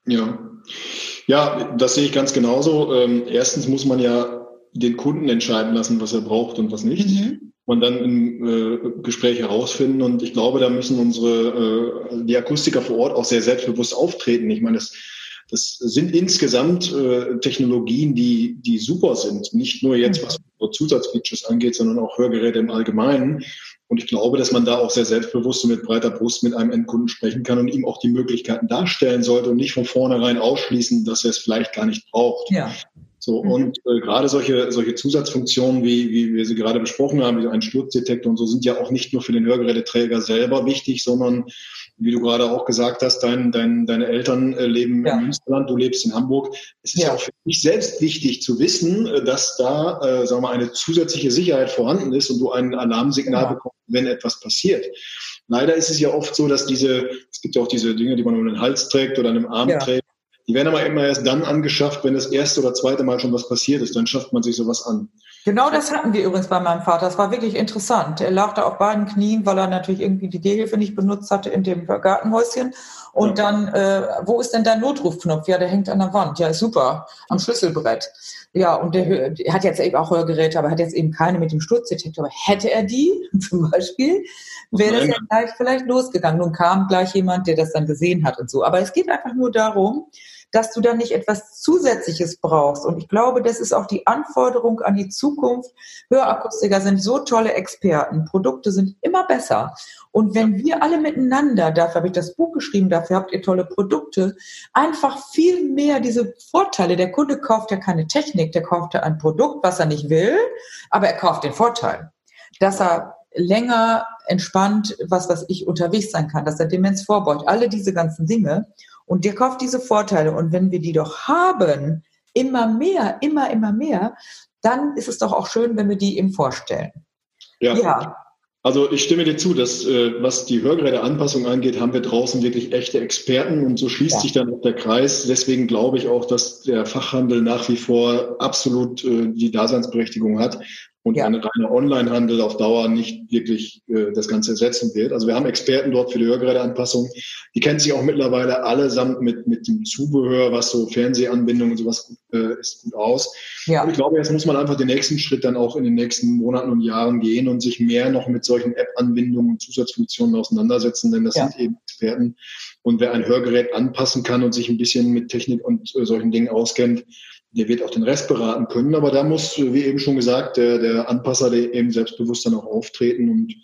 Ja. Ja, das sehe ich ganz genauso. Ähm, erstens muss man ja den Kunden entscheiden lassen, was er braucht und was nicht. Mhm. Und dann im äh, Gespräch herausfinden. Und ich glaube, da müssen unsere, äh, die Akustiker vor Ort auch sehr selbstbewusst auftreten. Ich meine, das, das sind insgesamt äh, Technologien, die, die super sind. Nicht nur jetzt, was Zusatzfeatures angeht, sondern auch Hörgeräte im Allgemeinen. Und ich glaube, dass man da auch sehr selbstbewusst und mit breiter Brust mit einem Endkunden sprechen kann und ihm auch die Möglichkeiten darstellen sollte und nicht von vornherein ausschließen, dass er es vielleicht gar nicht braucht. Ja. So, mhm. Und äh, gerade solche, solche Zusatzfunktionen, wie, wie wir sie gerade besprochen haben, wie ein Sturzdetektor und so, sind ja auch nicht nur für den Hörgeräteträger selber wichtig, sondern wie du gerade auch gesagt hast, dein, dein, deine Eltern äh, leben ja. im Münsterland, du lebst in Hamburg. Es ist ja. ja auch für mich selbst wichtig zu wissen, äh, dass da äh, sagen wir mal, eine zusätzliche Sicherheit vorhanden ist und du ein Alarmsignal ja. bekommst, wenn etwas passiert. Leider ist es ja oft so, dass diese, es gibt ja auch diese Dinge, die man um den Hals trägt oder an einem Arm ja. trägt, die werden aber immer erst dann angeschafft, wenn das erste oder zweite Mal schon was passiert ist. Dann schafft man sich sowas an. Genau das hatten wir übrigens bei meinem Vater. Das war wirklich interessant. Er lag da auf beiden Knien, weil er natürlich irgendwie die Gehhilfe nicht benutzt hatte in dem Gartenhäuschen. Und ja. dann, äh, wo ist denn dein Notrufknopf? Ja, der hängt an der Wand. Ja, super, am Schlüsselbrett. Ja, und der, der hat jetzt eben auch Hörgeräte, aber hat jetzt eben keine mit dem Sturzdetektor. Aber hätte er die zum Beispiel, wäre das ja gleich vielleicht losgegangen. Nun kam gleich jemand, der das dann gesehen hat und so. Aber es geht einfach nur darum, dass du dann nicht etwas Zusätzliches brauchst. Und ich glaube, das ist auch die Anforderung an die Zukunft. Hörakustiker sind so tolle Experten. Produkte sind immer besser. Und wenn wir alle miteinander, dafür habe ich das Buch geschrieben, dafür habt ihr tolle Produkte, einfach viel mehr diese Vorteile. Der Kunde kauft ja keine Technik, der kauft ja ein Produkt, was er nicht will, aber er kauft den Vorteil. Dass er länger entspannt, was weiß ich, unterwegs sein kann, dass er Demenz vorbeugt, alle diese ganzen Dinge. Und der kauft diese Vorteile. Und wenn wir die doch haben, immer mehr, immer, immer mehr, dann ist es doch auch schön, wenn wir die ihm vorstellen. Ja. ja. Also ich stimme dir zu, dass äh, was die Hörgeräteanpassung angeht, haben wir draußen wirklich echte Experten und so schließt ja. sich dann auch der Kreis. Deswegen glaube ich auch, dass der Fachhandel nach wie vor absolut äh, die Daseinsberechtigung hat und ja. ein reiner Onlinehandel auf Dauer nicht wirklich äh, das Ganze ersetzen wird. Also wir haben Experten dort für die Hörgeräteanpassung. Die kennen sich auch mittlerweile allesamt mit mit dem Zubehör, was so Fernsehanbindungen und sowas äh, ist, gut aus. Ja. Und ich glaube, jetzt muss man einfach den nächsten Schritt dann auch in den nächsten Monaten und Jahren gehen und sich mehr noch mit solchen App-Anbindungen und Zusatzfunktionen auseinandersetzen, denn das ja. sind eben Experten. Und wer ein Hörgerät anpassen kann und sich ein bisschen mit Technik und äh, solchen Dingen auskennt, der wird auch den Rest beraten können. Aber da muss, wie eben schon gesagt, der, der Anpasser, der eben selbstbewusst dann auch auftreten und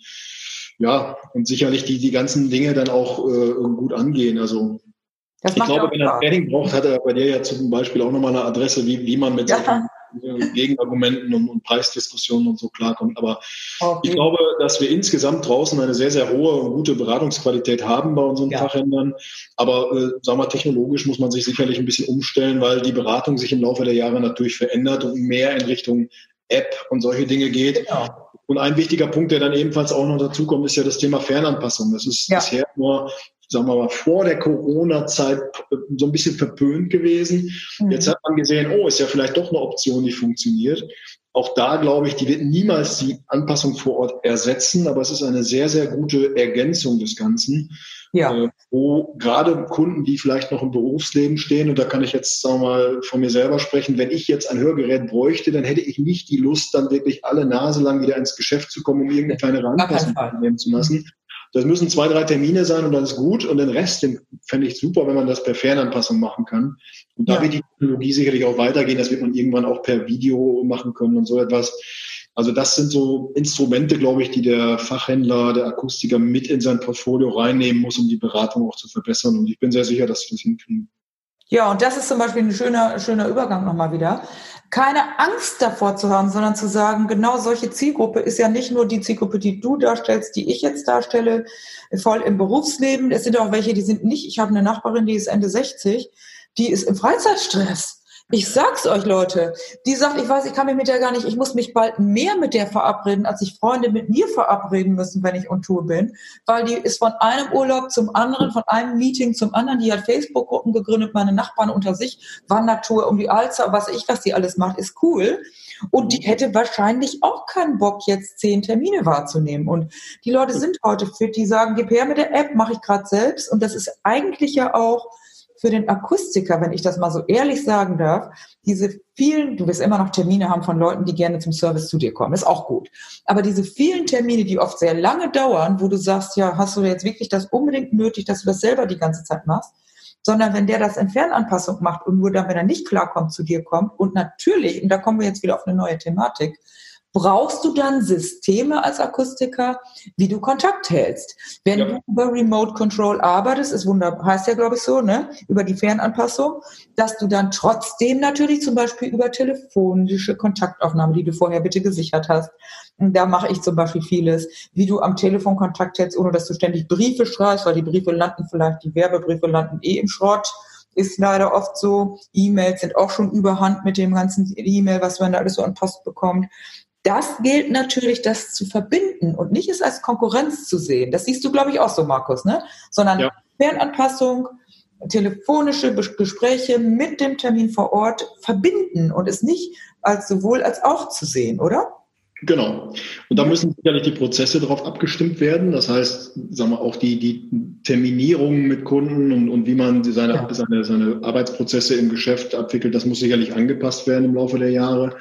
ja, und sicherlich die, die ganzen Dinge dann auch äh, gut angehen. Also das ich glaube, wenn er Training braucht, hat er bei dir ja zum Beispiel auch nochmal eine Adresse, wie, wie man mit ja. solchen Gegenargumenten und, und Preisdiskussionen und so klarkommt. Aber okay. ich glaube, dass wir insgesamt draußen eine sehr, sehr hohe und gute Beratungsqualität haben bei unseren ja. Fachhändlern. Aber äh, sagen wir, technologisch muss man sich sicherlich ein bisschen umstellen, weil die Beratung sich im Laufe der Jahre natürlich verändert und mehr in Richtung App und solche Dinge geht. Genau. Und ein wichtiger Punkt, der dann ebenfalls auch noch dazukommt, ist ja das Thema Fernanpassung. Das ist ja. bisher nur, sagen wir mal, vor der Corona-Zeit so ein bisschen verpönt gewesen. Mhm. Jetzt hat man gesehen, oh, ist ja vielleicht doch eine Option, die funktioniert. Auch da glaube ich, die wird niemals die Anpassung vor Ort ersetzen, aber es ist eine sehr, sehr gute Ergänzung des Ganzen. Ja. Äh, wo gerade Kunden, die vielleicht noch im Berufsleben stehen, und da kann ich jetzt, sagen wir mal, von mir selber sprechen, wenn ich jetzt ein Hörgerät bräuchte, dann hätte ich nicht die Lust, dann wirklich alle Nase lang wieder ins Geschäft zu kommen, um irgendeine kleine Anpassung nehmen zu lassen. Das müssen zwei, drei Termine sein und dann ist gut. Und den Rest, den fände ich super, wenn man das per Fernanpassung machen kann. Und da ja. wird die Technologie sicherlich auch weitergehen. Das wird man irgendwann auch per Video machen können und so etwas. Also das sind so Instrumente, glaube ich, die der Fachhändler, der Akustiker mit in sein Portfolio reinnehmen muss, um die Beratung auch zu verbessern. Und ich bin sehr sicher, dass wir das hinkriegen. Ja, und das ist zum Beispiel ein schöner, schöner Übergang nochmal wieder. Keine Angst davor zu haben, sondern zu sagen, genau solche Zielgruppe ist ja nicht nur die Zielgruppe, die du darstellst, die ich jetzt darstelle, voll im Berufsleben. Es sind auch welche, die sind nicht. Ich habe eine Nachbarin, die ist Ende sechzig, die ist im Freizeitstress. Ich sag's euch, Leute, die sagt, ich weiß, ich kann mich mit der gar nicht, ich muss mich bald mehr mit der verabreden, als sich Freunde mit mir verabreden müssen, wenn ich on Tour bin, weil die ist von einem Urlaub zum anderen, von einem Meeting zum anderen, die hat Facebook-Gruppen gegründet, meine Nachbarn unter sich, Wandertour um die Alster, was ich, was die alles macht, ist cool. Und die hätte wahrscheinlich auch keinen Bock, jetzt zehn Termine wahrzunehmen. Und die Leute sind heute fit, die sagen, gib her mit der App, mache ich gerade selbst. Und das ist eigentlich ja auch für den Akustiker, wenn ich das mal so ehrlich sagen darf, diese vielen, du wirst immer noch Termine haben von Leuten, die gerne zum Service zu dir kommen, ist auch gut. Aber diese vielen Termine, die oft sehr lange dauern, wo du sagst, ja, hast du jetzt wirklich das unbedingt nötig, dass du das selber die ganze Zeit machst? Sondern wenn der das in Fernanpassung macht und nur dann, wenn er nicht klarkommt, zu dir kommt. Und natürlich, und da kommen wir jetzt wieder auf eine neue Thematik, brauchst du dann Systeme als Akustiker, wie du Kontakt hältst. Wenn ja. du über Remote Control arbeitest, ist wunderbar, heißt ja, glaube ich, so, ne, über die Fernanpassung, dass du dann trotzdem natürlich zum Beispiel über telefonische Kontaktaufnahme, die du vorher bitte gesichert hast, da mache ich zum Beispiel vieles, wie du am Telefon Kontakt hältst, ohne dass du ständig Briefe schreibst, weil die Briefe landen vielleicht, die Werbebriefe landen eh im Schrott. Ist leider oft so. E-Mails sind auch schon überhand mit dem ganzen E-Mail, was man da alles so an Post bekommt. Das gilt natürlich, das zu verbinden und nicht es als Konkurrenz zu sehen. Das siehst du, glaube ich, auch so, Markus, ne? Sondern ja. Fernanpassung, telefonische Gespräche mit dem Termin vor Ort verbinden und es nicht als sowohl als auch zu sehen, oder? Genau. Und da müssen sicherlich die Prozesse darauf abgestimmt werden. Das heißt, sagen wir auch die, die Terminierung mit Kunden und, und wie man seine, ja. seine, seine Arbeitsprozesse im Geschäft abwickelt, das muss sicherlich angepasst werden im Laufe der Jahre.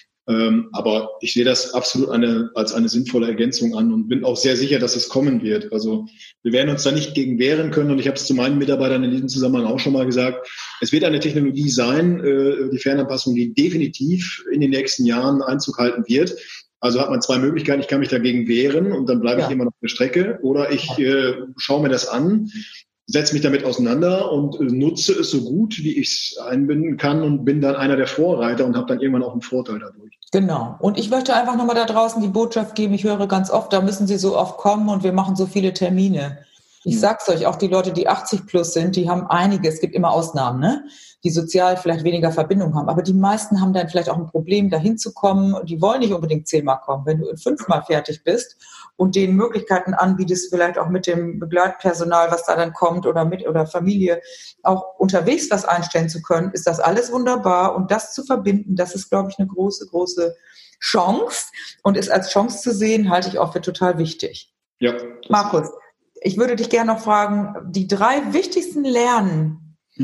Ähm, aber ich sehe das absolut eine, als eine sinnvolle Ergänzung an und bin auch sehr sicher, dass es kommen wird. Also wir werden uns da nicht gegen wehren können und ich habe es zu meinen Mitarbeitern in diesem Zusammenhang auch schon mal gesagt. Es wird eine Technologie sein, äh, die Fernanpassung, die definitiv in den nächsten Jahren Einzug halten wird. Also hat man zwei Möglichkeiten. Ich kann mich dagegen wehren und dann bleibe ja. ich immer noch auf der Strecke oder ich äh, schaue mir das an, setze mich damit auseinander und äh, nutze es so gut, wie ich es einbinden kann und bin dann einer der Vorreiter und habe dann irgendwann auch einen Vorteil dadurch. Genau. Und ich möchte einfach nochmal da draußen die Botschaft geben, ich höre ganz oft, da müssen Sie so oft kommen und wir machen so viele Termine. Ich hm. sag's euch, auch die Leute, die achtzig plus sind, die haben einige, es gibt immer Ausnahmen, ne? Die sozial vielleicht weniger Verbindung haben. Aber die meisten haben dann vielleicht auch ein Problem, dahin zu kommen. Die wollen nicht unbedingt zehnmal kommen. Wenn du in fünfmal fertig bist und denen Möglichkeiten anbietest, vielleicht auch mit dem Begleitpersonal, was da dann kommt oder mit oder Familie, auch unterwegs was einstellen zu können, ist das alles wunderbar. Und das zu verbinden, das ist, glaube ich, eine große, große Chance. Und es als Chance zu sehen, halte ich auch für total wichtig. Ja. Markus, ich würde dich gerne noch fragen, die drei wichtigsten Lerndinge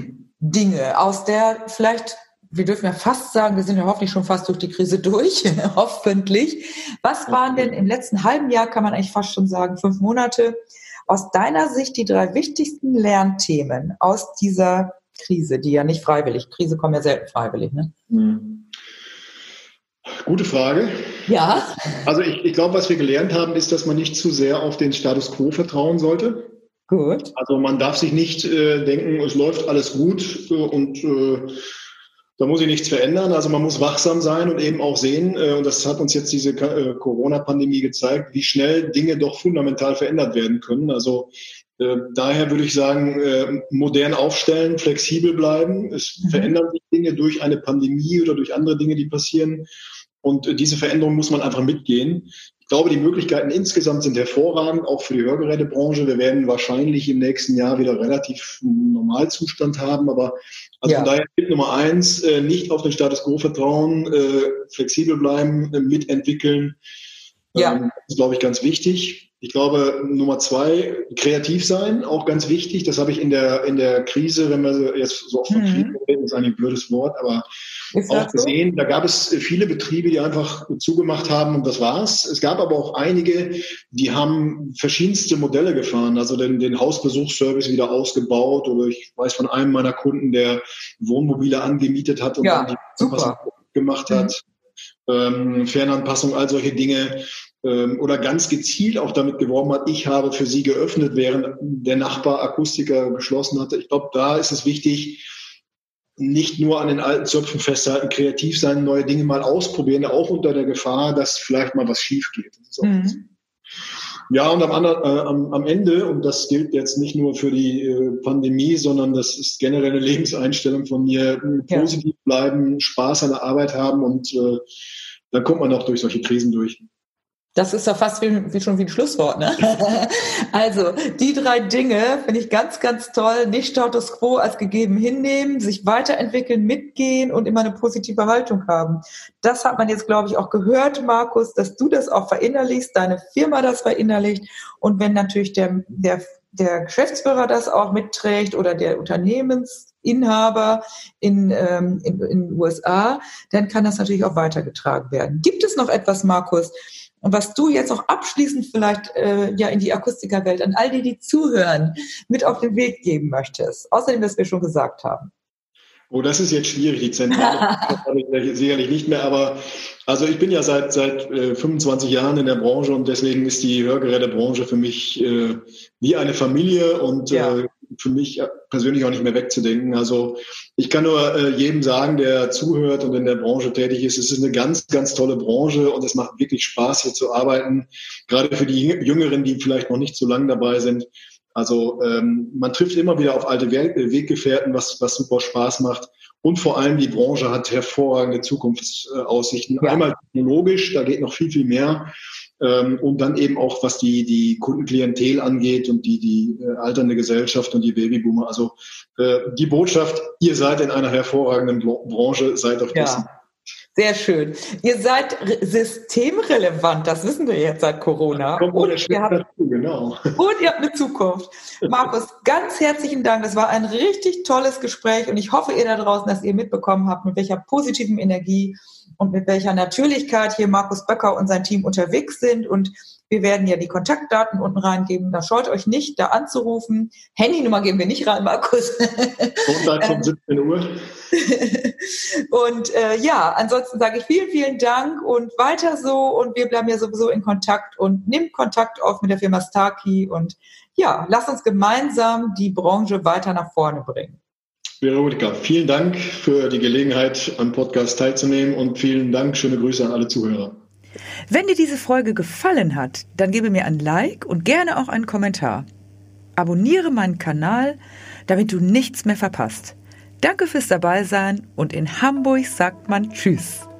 aus der vielleicht, wir dürfen ja fast sagen, wir sind ja hoffentlich schon fast durch die Krise durch, hoffentlich. Was waren denn im letzten halben Jahr, kann man eigentlich fast schon sagen, fünf Monate, aus deiner Sicht die drei wichtigsten Lernthemen aus dieser Krise, die ja nicht freiwillig, Krise kommt ja selten freiwillig, ne? Hm. Gute Frage. Ja. Also ich, ich glaube, was wir gelernt haben, ist, dass man nicht zu sehr auf den Status quo vertrauen sollte. Gut. Also man darf sich nicht äh, denken, es läuft alles gut äh, und äh, da muss ich nichts verändern. Also man muss wachsam sein und eben auch sehen, äh, und das hat uns jetzt diese äh, Corona-Pandemie gezeigt, wie schnell Dinge doch fundamental verändert werden können. Also äh, daher würde ich sagen, äh, modern aufstellen, flexibel bleiben. Es mhm. verändern sich Dinge durch eine Pandemie oder durch andere Dinge, die passieren. Und äh, diese Veränderung muss man einfach mitgehen. Ich glaube, die Möglichkeiten insgesamt sind hervorragend, auch für die Hörgerätebranche. Wir werden wahrscheinlich im nächsten Jahr wieder relativ Normalzustand haben. Aber also ja. von daher Tipp Nummer eins, äh, nicht auf den Status quo vertrauen, äh, flexibel bleiben, äh, mitentwickeln. Ja. Ähm, das ist, glaube ich, ganz wichtig. Ich glaube, Nummer zwei, kreativ sein, auch ganz wichtig. Das habe ich in der in der Krise, wenn wir jetzt so oft von Krise reden, ist eigentlich ein blödes Wort, aber ist auch gesehen, so? Da gab es viele Betriebe, die einfach zugemacht haben und das war's. Es gab aber auch einige, die haben verschiedenste Modelle gefahren, also den, den Hausbesuchsservice wieder ausgebaut oder ich weiß von einem meiner Kunden, der Wohnmobile angemietet hat und ja, dann die Anpassung gemacht hat. Mhm. Ähm, Fernanpassung, all solche Dinge. Oder ganz gezielt auch damit geworben hat, ich habe für sie geöffnet, während der Nachbar Akustiker geschlossen hatte. Ich glaube, da ist es wichtig, nicht nur an den alten Zöpfen festhalten, kreativ sein, neue Dinge mal ausprobieren, auch unter der Gefahr, dass vielleicht mal was schief geht. Das ist auch mhm. Ja, und am, anderen, äh, am, am Ende, und das gilt jetzt nicht nur für die äh, Pandemie, sondern das ist generell eine Lebenseinstellung von mir, ja. positiv bleiben, Spaß an der Arbeit haben und äh, dann kommt man auch durch solche Krisen durch. Das ist ja fast wie, wie schon wie ein Schlusswort, ne? Also, die drei Dinge finde ich ganz, ganz toll. Nicht Status quo als gegeben hinnehmen, sich weiterentwickeln, mitgehen und immer eine positive Haltung haben. Das hat man jetzt, glaube ich, auch gehört, Markus, dass du das auch verinnerlichst, deine Firma das verinnerlicht. Und wenn natürlich der, der der Geschäftsführer das auch mitträgt oder der Unternehmensinhaber in, ähm, in, in den U S A, dann kann das natürlich auch weitergetragen werden. Gibt es noch etwas, Markus, was du jetzt auch abschließend vielleicht äh, ja in die Akustikerwelt an all die, die zuhören, mit auf den Weg geben möchtest? Außerdem, was wir schon gesagt haben. Oh, das ist jetzt schwierig, die zentrale habe ich sicherlich nicht mehr, aber also ich bin ja seit seit äh, fünfundzwanzig Jahren in der Branche und deswegen ist die Hörgerätebranche für mich äh, wie eine Familie und ja. äh, für mich persönlich auch nicht mehr wegzudenken. Also ich kann nur äh, jedem sagen, der zuhört und in der Branche tätig ist, es ist eine ganz, ganz tolle Branche und es macht wirklich Spaß, hier zu arbeiten, gerade für die Jüngeren, die vielleicht noch nicht so lange dabei sind. Also ähm, man trifft immer wieder auf alte Weggefährten, was, was super Spaß macht. Und vor allem die Branche hat hervorragende Zukunftsaussichten. Ja. Einmal technologisch, da geht noch viel, viel mehr. Ähm, und dann eben auch, was die, die Kundenklientel angeht und die, die äh, alternde Gesellschaft und die Babyboomer. Also äh, die Botschaft, ihr seid in einer hervorragenden Branche, seid auf dessen. Ja. Sehr schön. Ihr seid systemrelevant, das wissen wir jetzt seit Corona. Und ihr, habt, dazu, genau. und ihr habt eine Zukunft. Markus, ganz herzlichen Dank. Das war ein richtig tolles Gespräch und ich hoffe, ihr da draußen, dass ihr mitbekommen habt, mit welcher positiven Energie und mit welcher Natürlichkeit hier Markus Böcker und sein Team unterwegs sind. Und wir werden ja die Kontaktdaten unten reingeben. Da scheut euch nicht, da anzurufen. Handynummer geben wir nicht rein, Markus. Montag um siebzehn Uhr. Und äh, ja, ansonsten sage ich vielen, vielen Dank und weiter so. Und wir bleiben ja sowieso in Kontakt und nehmt Kontakt auf mit der Firma Starkey. Und ja, lasst uns gemeinsam die Branche weiter nach vorne bringen. Veronika, vielen Dank für die Gelegenheit, am Podcast teilzunehmen und vielen Dank, schöne Grüße an alle Zuhörer. Wenn dir diese Folge gefallen hat, dann gebe mir ein Like und gerne auch einen Kommentar. Abonniere meinen Kanal, damit du nichts mehr verpasst. Danke fürs Dabeisein und in Hamburg sagt man Tschüss.